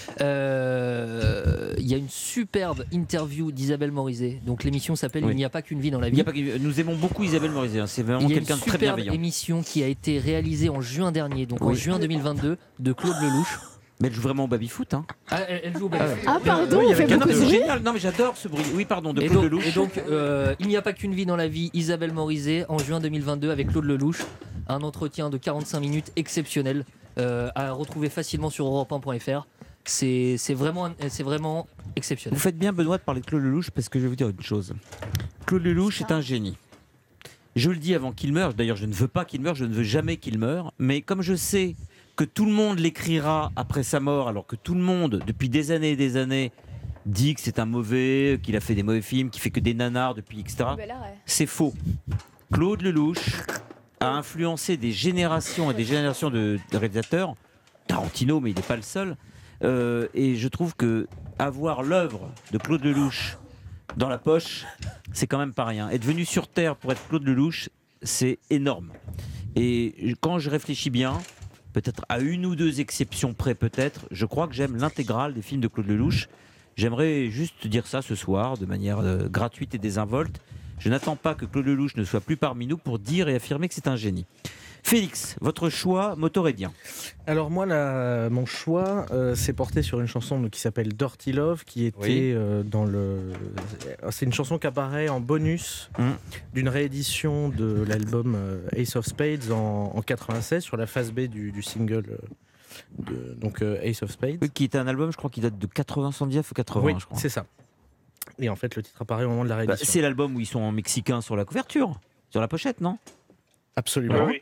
Il y a une superbe interview d'Isabelle Morizet. Donc l'émission s'appelle Il n'y a pas qu'une vie dans la vie. Nous aimons beaucoup Isabelle Morizet. C'est vraiment quelqu'un de très bienveillant. Il y a une superbe émission qui a été réalisée en juin dernier, donc en juin 2022, de Claude Lelouch. Mais elle joue vraiment au baby-foot. Hein. Ah, elle joue au baby-foot. Ah, pardon, on fait beaucoup de bruit. Génial. Non, mais j'adore ce bruit. Oui, pardon, de Claude Lelouch. Et donc, Il n'y a pas qu'une vie dans la vie, Isabelle Morizet, en juin 2022, avec Claude Lelouch. Un entretien de 45 minutes exceptionnel, à retrouver facilement sur europe1.fr. C'est vraiment exceptionnel. Vous faites bien, Benoît, de parler de Claude Lelouch, parce que je vais vous dire une chose. Claude Lelouch est un génie. Je le dis avant qu'il meure. D'ailleurs, je ne veux pas qu'il meure, je ne veux jamais qu'il meure. Mais comme je sais que tout le monde l'écrira après sa mort, alors que tout le monde, depuis des années et des années, dit que c'est un mauvais, qu'il a fait des mauvais films, qu'il fait que des nanars depuis, etc. C'est faux. Claude Lelouch a influencé des générations et des générations de réalisateurs. Tarantino, mais il n'est pas le seul. Et je trouve que avoir l'œuvre de Claude Lelouch dans la poche, c'est quand même pas rien. Être venu sur Terre pour être Claude Lelouch, c'est énorme. Et quand je réfléchis bien, peut-être à une ou deux exceptions près peut-être, je crois que j'aime l'intégrale des films de Claude Lelouch. J'aimerais juste dire ça ce soir, de manière gratuite et désinvolte. Je n'attends pas que Claude Lelouch ne soit plus parmi nous pour dire et affirmer que c'est un génie. Félix, votre choix motorédien. Alors moi, mon choix s'est porté sur une chanson qui s'appelle Dirty Love, qui était dans le... C'est une chanson qui apparaît en bonus d'une réédition de l'album Ace of Spades en 96, sur la phase B du single donc Ace of Spades. Oui, qui est un album, je crois, qui date de 79 ou 80, oui, je crois. C'est ça. Et en fait, le titre apparaît au moment de la réédition. C'est l'album où ils sont en mexicain sur la couverture, sur la pochette, non ? Absolument. Oui.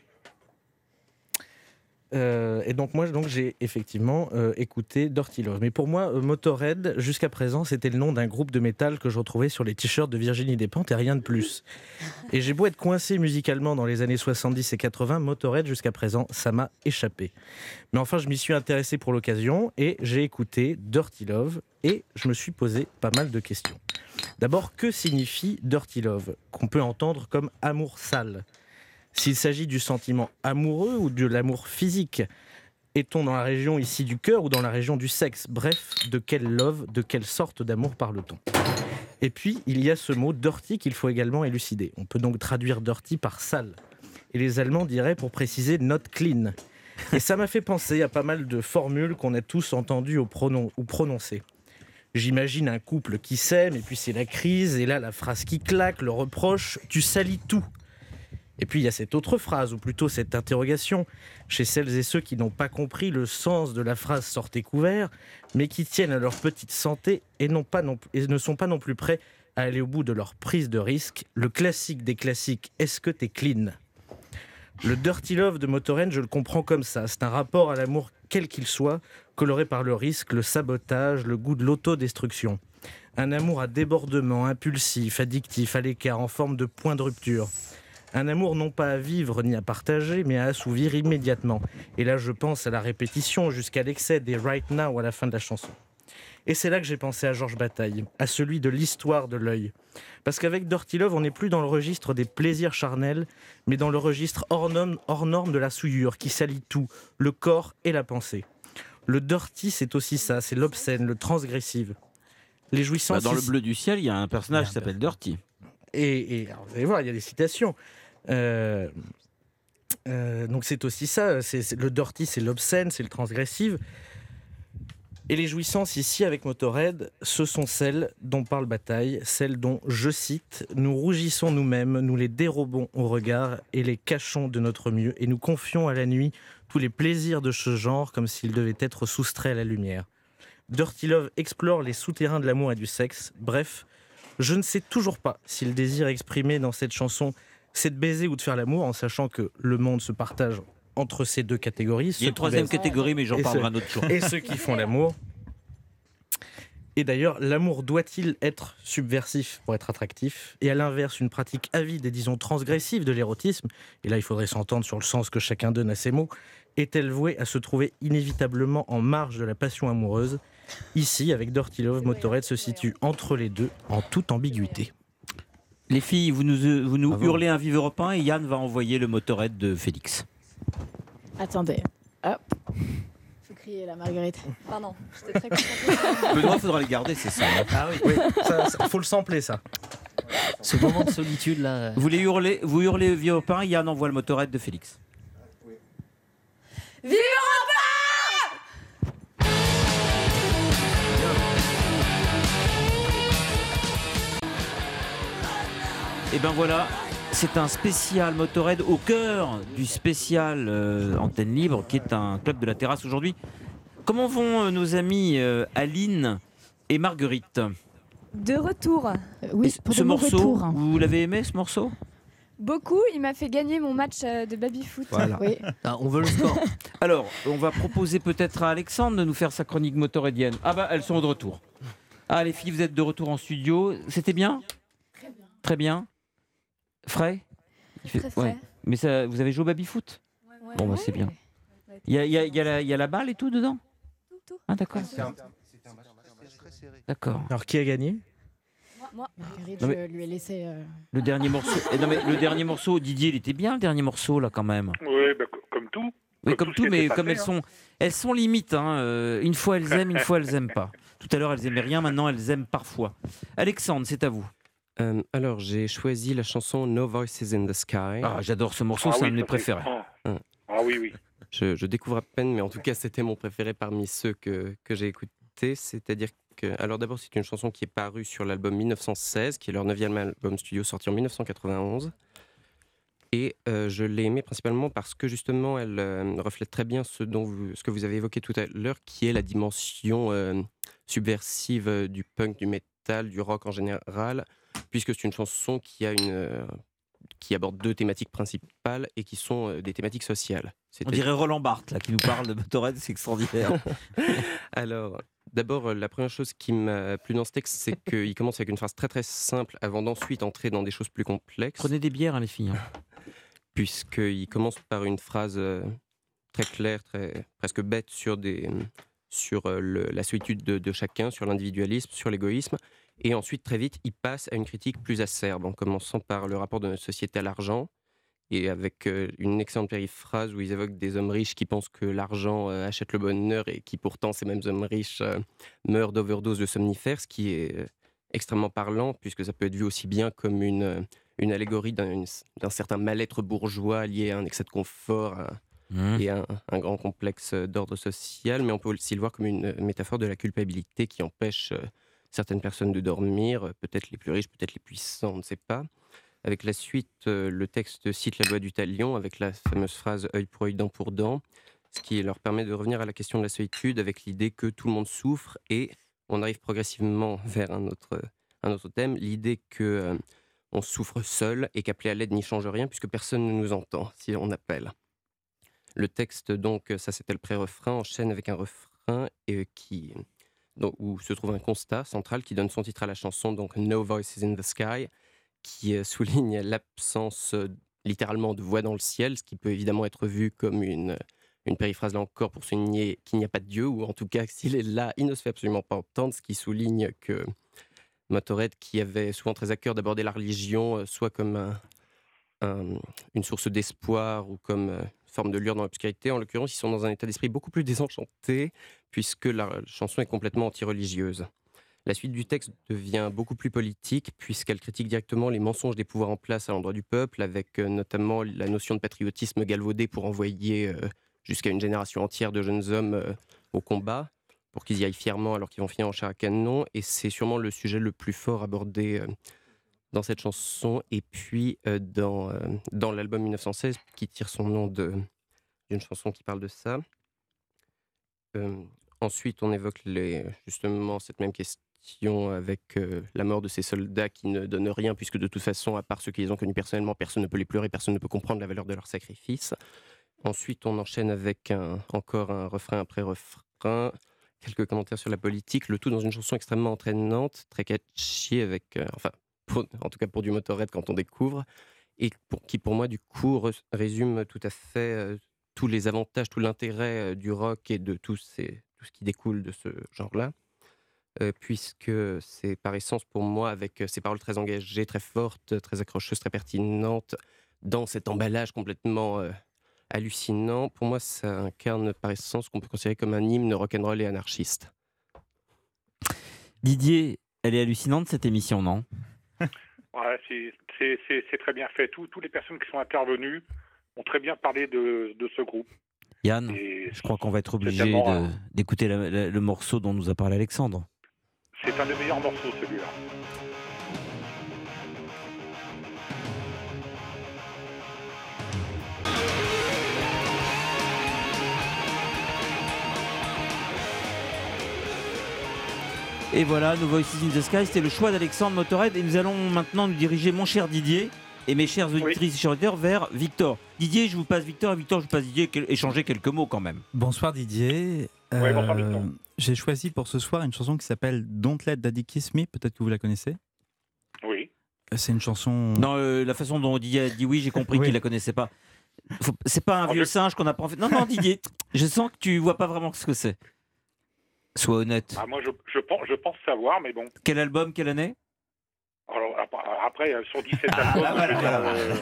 Et donc moi j'ai effectivement écouté Dirty Love. Mais pour moi, Motorhead, jusqu'à présent, c'était le nom d'un groupe de métal que je retrouvais sur les t-shirts de Virginie Despentes et rien de plus. Et j'ai beau être coincé musicalement dans les années 70 et 80, Motorhead, jusqu'à présent, ça m'a échappé. Mais enfin, je m'y suis intéressé pour l'occasion et j'ai écouté Dirty Love et je me suis posé pas mal de questions. D'abord, que signifie Dirty Love, qu'on peut entendre comme amour sale ? S'il s'agit du sentiment amoureux ou de l'amour physique, est-on dans la région ici du cœur ou dans la région du sexe ? Bref, de quel love, de quelle sorte d'amour parle-t-on ? Et puis, il y a ce mot dirty qu'il faut également élucider. On peut donc traduire dirty par sale. Et les Allemands diraient pour préciser not clean. Et ça m'a fait penser à pas mal de formules qu'on a tous entendues ou prononcées. J'imagine un couple qui s'aime et puis c'est la crise et là la phrase qui claque, le reproche, tu salis tout. Et puis il y a cette autre phrase, ou plutôt cette interrogation, chez celles et ceux qui n'ont pas compris le sens de la phrase « sortez couverts », mais qui tiennent à leur petite santé et ne sont pas non plus prêts à aller au bout de leur prise de risque. Le classique des classiques, est-ce que t'es clean ? Le Dirty Love de Motorhead, je le comprends comme ça. C'est un rapport à l'amour, quel qu'il soit, coloré par le risque, le sabotage, le goût de l'autodestruction. Un amour à débordement, impulsif, addictif, à l'écart, en forme de point de rupture. Un amour non pas à vivre ni à partager, mais à assouvir immédiatement. Et là, je pense à la répétition jusqu'à l'excès des Right Now à la fin de la chanson. Et c'est là que j'ai pensé à Georges Bataille, à celui de l'histoire de l'œil. Parce qu'avec Dirty Love, on n'est plus dans le registre des plaisirs charnels, mais dans le registre hors norme de la souillure, qui salit tout, le corps et la pensée. Le dirty, c'est aussi ça, c'est l'obscène, le transgressif. Les jouissances... Dans Le Bleu du ciel, il y a un personnage qui s'appelle Dirty. Et alors, vous allez voir, il y a des citations. Donc c'est aussi ça, le dirty, c'est l'obscène, c'est le transgressif. Et les jouissances ici avec Motorhead, ce sont celles dont parle Bataille, celles dont, je cite, « Nous rougissons nous-mêmes, nous les dérobons au regard et les cachons de notre mieux et nous confions à la nuit tous les plaisirs de ce genre comme s'ils devaient être soustraits à la lumière. » Dirty Love explore les souterrains de l'amour et du sexe. Bref, je ne sais toujours pas si le désir exprimé dans cette chanson, c'est de baiser ou de faire l'amour, en sachant que le monde se partage entre ces deux catégories. Il y a une troisième catégorie, mais j'en parlerai un autre jour. Et ceux qui font l'amour. Et d'ailleurs, l'amour doit-il être subversif pour être attractif ? Et à l'inverse, une pratique avide et disons transgressive de l'érotisme, et là il faudrait s'entendre sur le sens que chacun donne à ces mots, est-elle vouée à se trouver inévitablement en marge de la passion amoureuse ? Ici, avec Dirty Love, Motörhead se situe entre les deux, en toute ambiguïté. Les filles, vous nous hurlez un Vive Europe 1 et Yann va envoyer le Motörhead de Félix. Attendez, hop. Faut crier la Marguerite. Pardon, j'étais très contente. Le droit, faudra le garder, c'est ça. Hein. Ah oui, ça, faut le sampler ça. Ce moment de solitude là. Vous hurlez Vive Europe 1, Yann envoie le Motörhead de Félix. Vive Europe! Et ben voilà, c'est un spécial Motörhead au cœur du spécial Antenne Libre, qui est un club de la terrasse aujourd'hui. Comment vont nos amis Aline et Marguerite ? De retour. Oui, pour ce de bons morceau, retours. vous l'avez aimé ce morceau ? Beaucoup, il m'a fait gagner mon match de baby-foot. Voilà. Oui. Ah, on veut le score. Alors, on va proposer peut-être à Alexandre de nous faire sa chronique Motörheadienne. Ah bah, elles sont de retour. Ah, les filles, vous êtes de retour en studio. C'était bien ? Très bien. Très bien. Frais ? Très frais. Mais ça, vous avez joué au baby-foot ? Ouais. Bon, bah, c'est bien. Il y a la balle et tout dedans ? Tout. Ah, d'accord. D'accord. Alors qui a gagné ? Moi. Marguerite, Non, mais- je lui ai laissé... Le dernier morceau. Non, mais le dernier morceau, Didier, il était bien le dernier morceau là quand même. Oui, bah, comme tout. Oui, comme ce tout, qui mais était comme passé, elles sont limites. Hein. Une fois elles aiment, une fois elles aiment pas. Tout à l'heure elles aimaient rien, maintenant elles aiment parfois. Alexandre, c'est à vous. Alors, j'ai choisi la chanson No Voices in the Sky. Ah, j'adore ce morceau, c'est un de mes préférés. Ah oui, oui. Je découvre à peine, mais en tout cas, c'était mon préféré parmi ceux que j'ai écoutés. C'est-à-dire que, alors d'abord, c'est une chanson qui est parue sur l'album 1916, qui est leur 9e album studio sorti en 1991. Et je l'ai aimée principalement parce que justement, elle reflète très bien ce que vous avez évoqué tout à l'heure, qui est la dimension subversive du punk, du métal, du rock en général, puisque c'est une chanson qui aborde deux thématiques principales et qui sont des thématiques sociales. On dirait Roland Barthes là, qui nous parle de Motörhead, c'est extraordinaire. Alors, d'abord, la première chose qui m'a plu dans ce texte, c'est qu'il commence avec une phrase très très simple avant d'ensuite entrer dans des choses plus complexes. Prenez des bières, hein, les filles. Puisqu'il commence par une phrase très claire, presque bête sur la solitude de chacun, sur l'individualisme, sur l'égoïsme. Et ensuite, très vite, il passe à une critique plus acerbe, en commençant par le rapport de notre société à l'argent, et avec une excellente périphrase où ils évoquent des hommes riches qui pensent que l'argent achète le bonheur et qui pourtant, ces mêmes hommes riches, meurent d'overdose de somnifères, ce qui est extrêmement parlant, puisque ça peut être vu aussi bien comme une allégorie d'un certain mal-être bourgeois lié à un excès de confort et à un grand complexe d'ordre social, mais on peut aussi le voir comme une métaphore de la culpabilité qui empêche certaines personnes de dormir, peut-être les plus riches, peut-être les puissants, on ne sait pas. Avec la suite, le texte cite la loi du talion avec la fameuse phrase « œil pour œil, dent pour dent », ce qui leur permet de revenir à la question de la solitude avec l'idée que tout le monde souffre et on arrive progressivement vers un autre thème, l'idée que on souffre seul et qu'appeler à l'aide n'y change rien puisque personne ne nous entend si on appelle. Le texte, donc, ça c'était le pré-refrain, enchaîne avec un refrain où se trouve un constat central qui donne son titre à la chanson, donc No Voices in the Sky, qui souligne l'absence littéralement de voix dans le ciel, ce qui peut évidemment être vu comme une périphrase là encore pour souligner qu'il n'y a pas de Dieu, ou en tout cas s'il est là, il ne se fait absolument pas entendre, ce qui souligne que Motörhead, qui avait souvent très à cœur d'aborder la religion, soit comme une source d'espoir ou comme forme de lueur dans l'obscurité, en l'occurrence, ils sont dans un état d'esprit beaucoup plus désenchanté, puisque la chanson est complètement anti-religieuse. La suite du texte devient beaucoup plus politique, puisqu'elle critique directement les mensonges des pouvoirs en place à l'endroit du peuple, avec notamment la notion de patriotisme galvaudé pour envoyer jusqu'à une génération entière de jeunes hommes au combat, pour qu'ils y aillent fièrement alors qu'ils vont finir en chair à canon. Et c'est sûrement le sujet le plus fort abordé dans cette chanson. Et puis dans l'album 1916, qui tire son nom d'une chanson qui parle de ça. Ensuite, on évoque justement cette même question avec la mort de ces soldats qui ne donnent rien, puisque de toute façon, à part ceux qui les ont connus personnellement, personne ne peut les pleurer, personne ne peut comprendre la valeur de leur sacrifice. Ensuite, on enchaîne avec encore un refrain après refrain, quelques commentaires sur la politique, le tout dans une chanson extrêmement entraînante, très catchy, avec, en tout cas pour du Motorhead quand on découvre, et qui pour moi du coup résume tout à fait tous les avantages, tout l'intérêt du rock et de tout ce qui découle de ce genre-là, puisque c'est par essence pour moi, avec ces paroles très engagées, très fortes, très accrocheuses, très pertinentes, dans cet emballage complètement hallucinant, pour moi ça incarne par essence ce qu'on peut considérer comme un hymne rock'n'roll et anarchiste. Didier, elle est hallucinante cette émission, non? Ouais, c'est très bien fait. Toutes les personnes qui sont intervenues ont très bien parlé de ce groupe. Yann, je crois qu'on va être obligé d'écouter le morceau dont nous a parlé Alexandre. C'est un des meilleurs morceaux, celui-là. Et voilà, No Voices in the Sky, c'était le choix d'Alexandre Motorhead. Et nous allons maintenant nous diriger, mon cher Didier, et mes chers auditrices et chers auditeurs, vers Victor. Didier, je vous passe Victor, et Victor, je vous passe Didier, échanger quelques mots quand même. Bonsoir Didier. Oui, bonsoir Victor. J'ai choisi pour ce soir une chanson qui s'appelle Don't Let Daddy Kiss Me, peut-être que vous la connaissez. Oui. C'est une chanson... Non, la façon dont Didier a dit oui, j'ai compris qu'il la connaissait pas. C'est pas un vieux singe qu'on apprend... Non, Didier, je sens que tu vois pas vraiment ce que c'est. Sois honnête. Moi, je pense savoir, mais bon. Quel album, quelle année? Alors, après, sur 17 albums...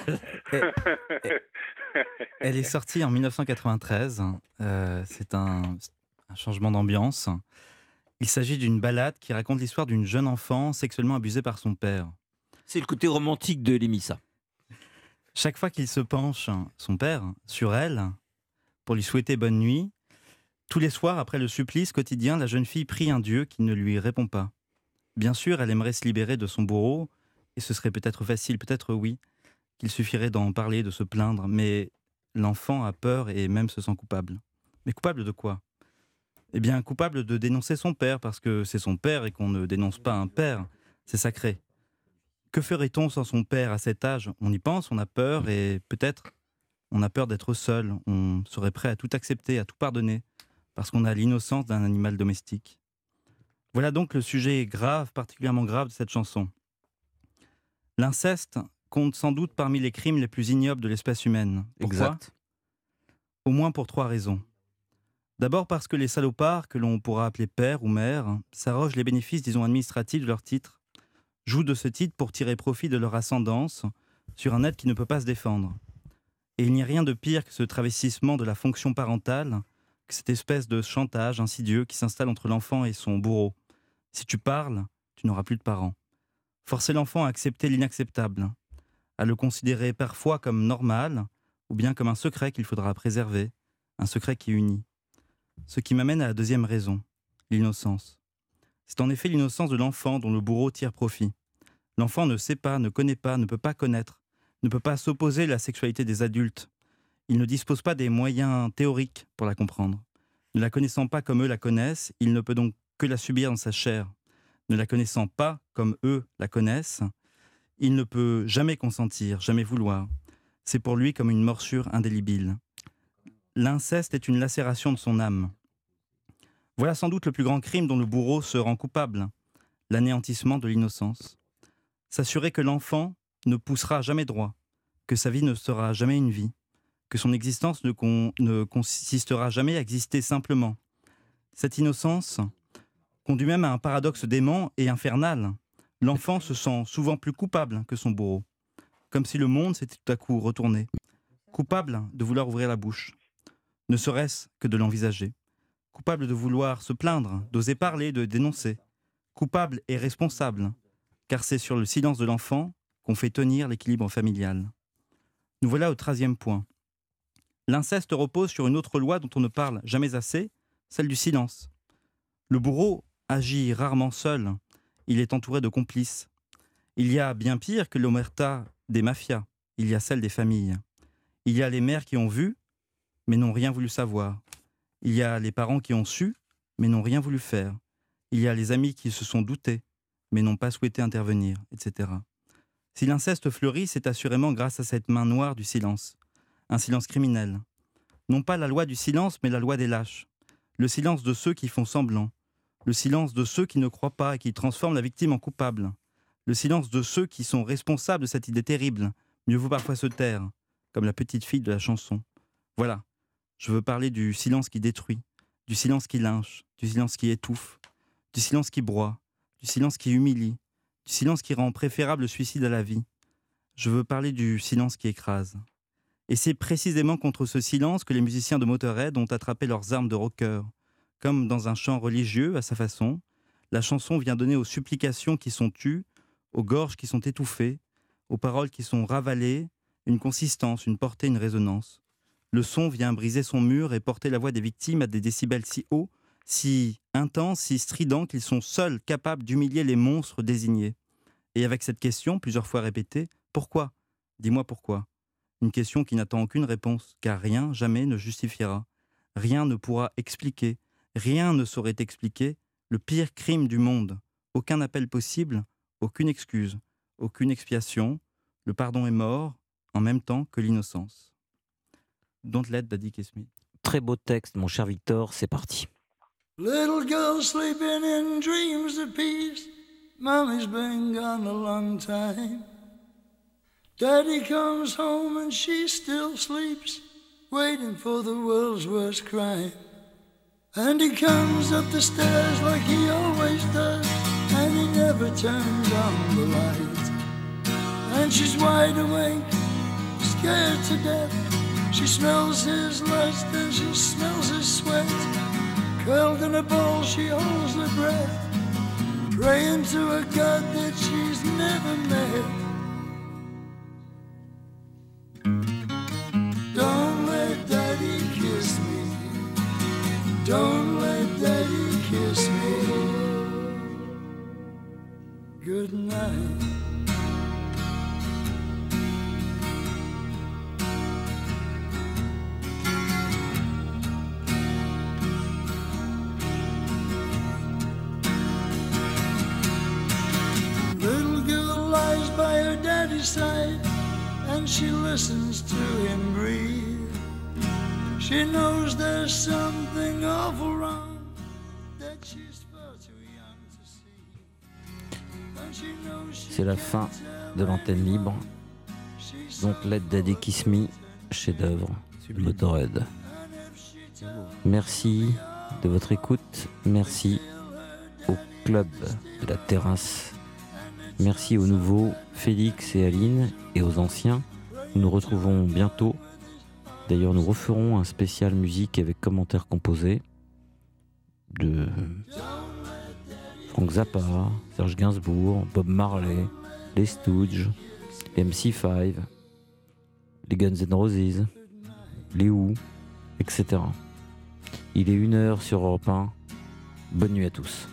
Elle est sortie en 1993. C'est un changement d'ambiance. Il s'agit d'une ballade qui raconte l'histoire d'une jeune enfant sexuellement abusée par son père. C'est le côté romantique de l'émissa. Chaque fois qu'il se penche, son père, sur elle, pour lui souhaiter bonne nuit, tous les soirs, après le supplice quotidien, la jeune fille prie un Dieu qui ne lui répond pas. Bien sûr, elle aimerait se libérer de son bourreau, et ce serait peut-être facile, peut-être oui, qu'il suffirait d'en parler, de se plaindre, mais l'enfant a peur et même se sent coupable. Mais coupable de quoi? Eh bien, coupable de dénoncer son père, parce que c'est son père et qu'on ne dénonce pas un père, c'est sacré. Que ferait-on sans son père à cet âge? On y pense, on a peur, et peut-être on a peur d'être seul, on serait prêt à tout accepter, à tout pardonner, parce qu'on a l'innocence d'un animal domestique. Voilà donc le sujet grave, particulièrement grave de cette chanson. L'inceste compte sans doute parmi les crimes les plus ignobles de l'espèce humaine. Pourquoi? Exact. Au moins pour 3 raisons. D'abord parce que les salopards, que l'on pourra appeler père ou mère, s'arrogent les bénéfices, disons, administratifs de leur titre, jouent de ce titre pour tirer profit de leur ascendance sur un être qui ne peut pas se défendre. Et il n'y a rien de pire que ce travestissement de la fonction parentale, que cette espèce de chantage insidieux qui s'installe entre l'enfant et son bourreau. Si tu parles, tu n'auras plus de parents. Forcer l'enfant à accepter l'inacceptable, à le considérer parfois comme normal, ou bien comme un secret qu'il faudra préserver, un secret qui unit. Ce qui m'amène à la deuxième raison, l'innocence. C'est en effet l'innocence de l'enfant dont le bourreau tire profit. L'enfant ne sait pas, ne connaît pas, ne peut pas connaître, ne peut pas s'opposer à la sexualité des adultes. Il ne dispose pas des moyens théoriques pour la comprendre. Ne la connaissant pas comme eux la connaissent, il ne peut donc que la subir dans sa chair. Ne la connaissant pas comme eux la connaissent, il ne peut jamais consentir, jamais vouloir. C'est pour lui comme une morsure indélébile. L'inceste est une lacération de son âme. Voilà sans doute le plus grand crime dont le bourreau se rend coupable, l'anéantissement de l'innocence. S'assurer que l'enfant ne poussera jamais droit, que sa vie ne sera jamais une vie, que son existence ne consistera jamais à exister simplement. Cette innocence conduit même à un paradoxe dément et infernal. L'enfant se sent souvent plus coupable que son bourreau, comme si le monde s'était tout à coup retourné, coupable de vouloir ouvrir la bouche, ne serait-ce que de l'envisager, coupable de vouloir se plaindre, d'oser parler, de dénoncer, coupable et responsable, car c'est sur le silence de l'enfant qu'on fait tenir l'équilibre familial. Nous voilà au 13e point. L'inceste repose sur une autre loi dont on ne parle jamais assez, celle du silence. Le bourreau agit rarement seul, il est entouré de complices. Il y a bien pire que l'omerta des mafias, il y a celle des familles. Il y a les mères qui ont vu, mais n'ont rien voulu savoir. Il y a les parents qui ont su, mais n'ont rien voulu faire. Il y a les amis qui se sont doutés, mais n'ont pas souhaité intervenir, etc. Si l'inceste fleurit, c'est assurément grâce à cette main noire du silence. Un silence criminel. Non pas la loi du silence, mais la loi des lâches. le silence de ceux qui font semblant, le silence de ceux qui ne croient pas et qui transforment la victime en coupable, le silence de ceux qui sont responsables de cette idée terrible, mieux vaut parfois se taire, comme la petite fille de la chanson. Voilà, je veux parler du silence qui détruit, du silence qui lynche, du silence qui étouffe, du silence qui broie, du silence qui humilie, du silence qui rend préférable le suicide à la vie. Je veux parler du silence qui écrase. Et c'est précisément contre ce silence que les musiciens de Motörhead ont attrapé leurs armes de rocker. Comme dans un chant religieux, à sa façon, la chanson vient donner aux supplications qui sont tues, aux gorges qui sont étouffées, aux paroles qui sont ravalées, une consistance, une portée, une résonance. Le son vient briser son mur et porter la voix des victimes à des décibels si hauts, si intenses, si stridents qu'ils sont seuls capables d'humilier les monstres désignés. Et avec cette question, plusieurs fois répétée, pourquoi ? Dis-moi pourquoi. Une question qui n'attend aucune réponse, car rien, jamais ne justifiera. Rien ne pourra expliquer, rien ne saurait expliquer le pire crime du monde. Aucun appel possible, aucune excuse, aucune expiation. Le pardon est mort, en même temps que l'innocence. Don't let Daddy kiss me. Très beau texte, mon cher Victor, c'est parti. Little girl sleeping in dreams of peace. Mommy's been gone a long time. Daddy comes home and she still sleeps, waiting for the world's worst crime. And he comes up the stairs like he always does, and he never turns on the light. And she's wide awake, scared to death. She smells his lust and she smells his sweat. Curled in a ball, she holds her breath, praying to a God that she's never met. Don't let Daddy kiss me. Don't let Daddy kiss me. Good night. Little girl lies by her daddy's side, and she listens to him breathe. She knows there's something awful wrong that she's far too young to see. And she knows she C'est la fin de l'antenne libre. Donc Let Daddy Kiss Me, chef-d'œuvre de Motörhead. Merci de votre écoute. Merci au club de la terrasse. Merci aux nouveaux Félix et Aline et aux anciens. Nous nous retrouvons bientôt. D'ailleurs, nous referons un spécial musique avec commentaires composés de Frank Zappa, Serge Gainsbourg, Bob Marley, les Stooges, les MC5, les Guns N' Roses, les Who, etc. Il est 1h sur Europe 1. Bonne nuit à tous.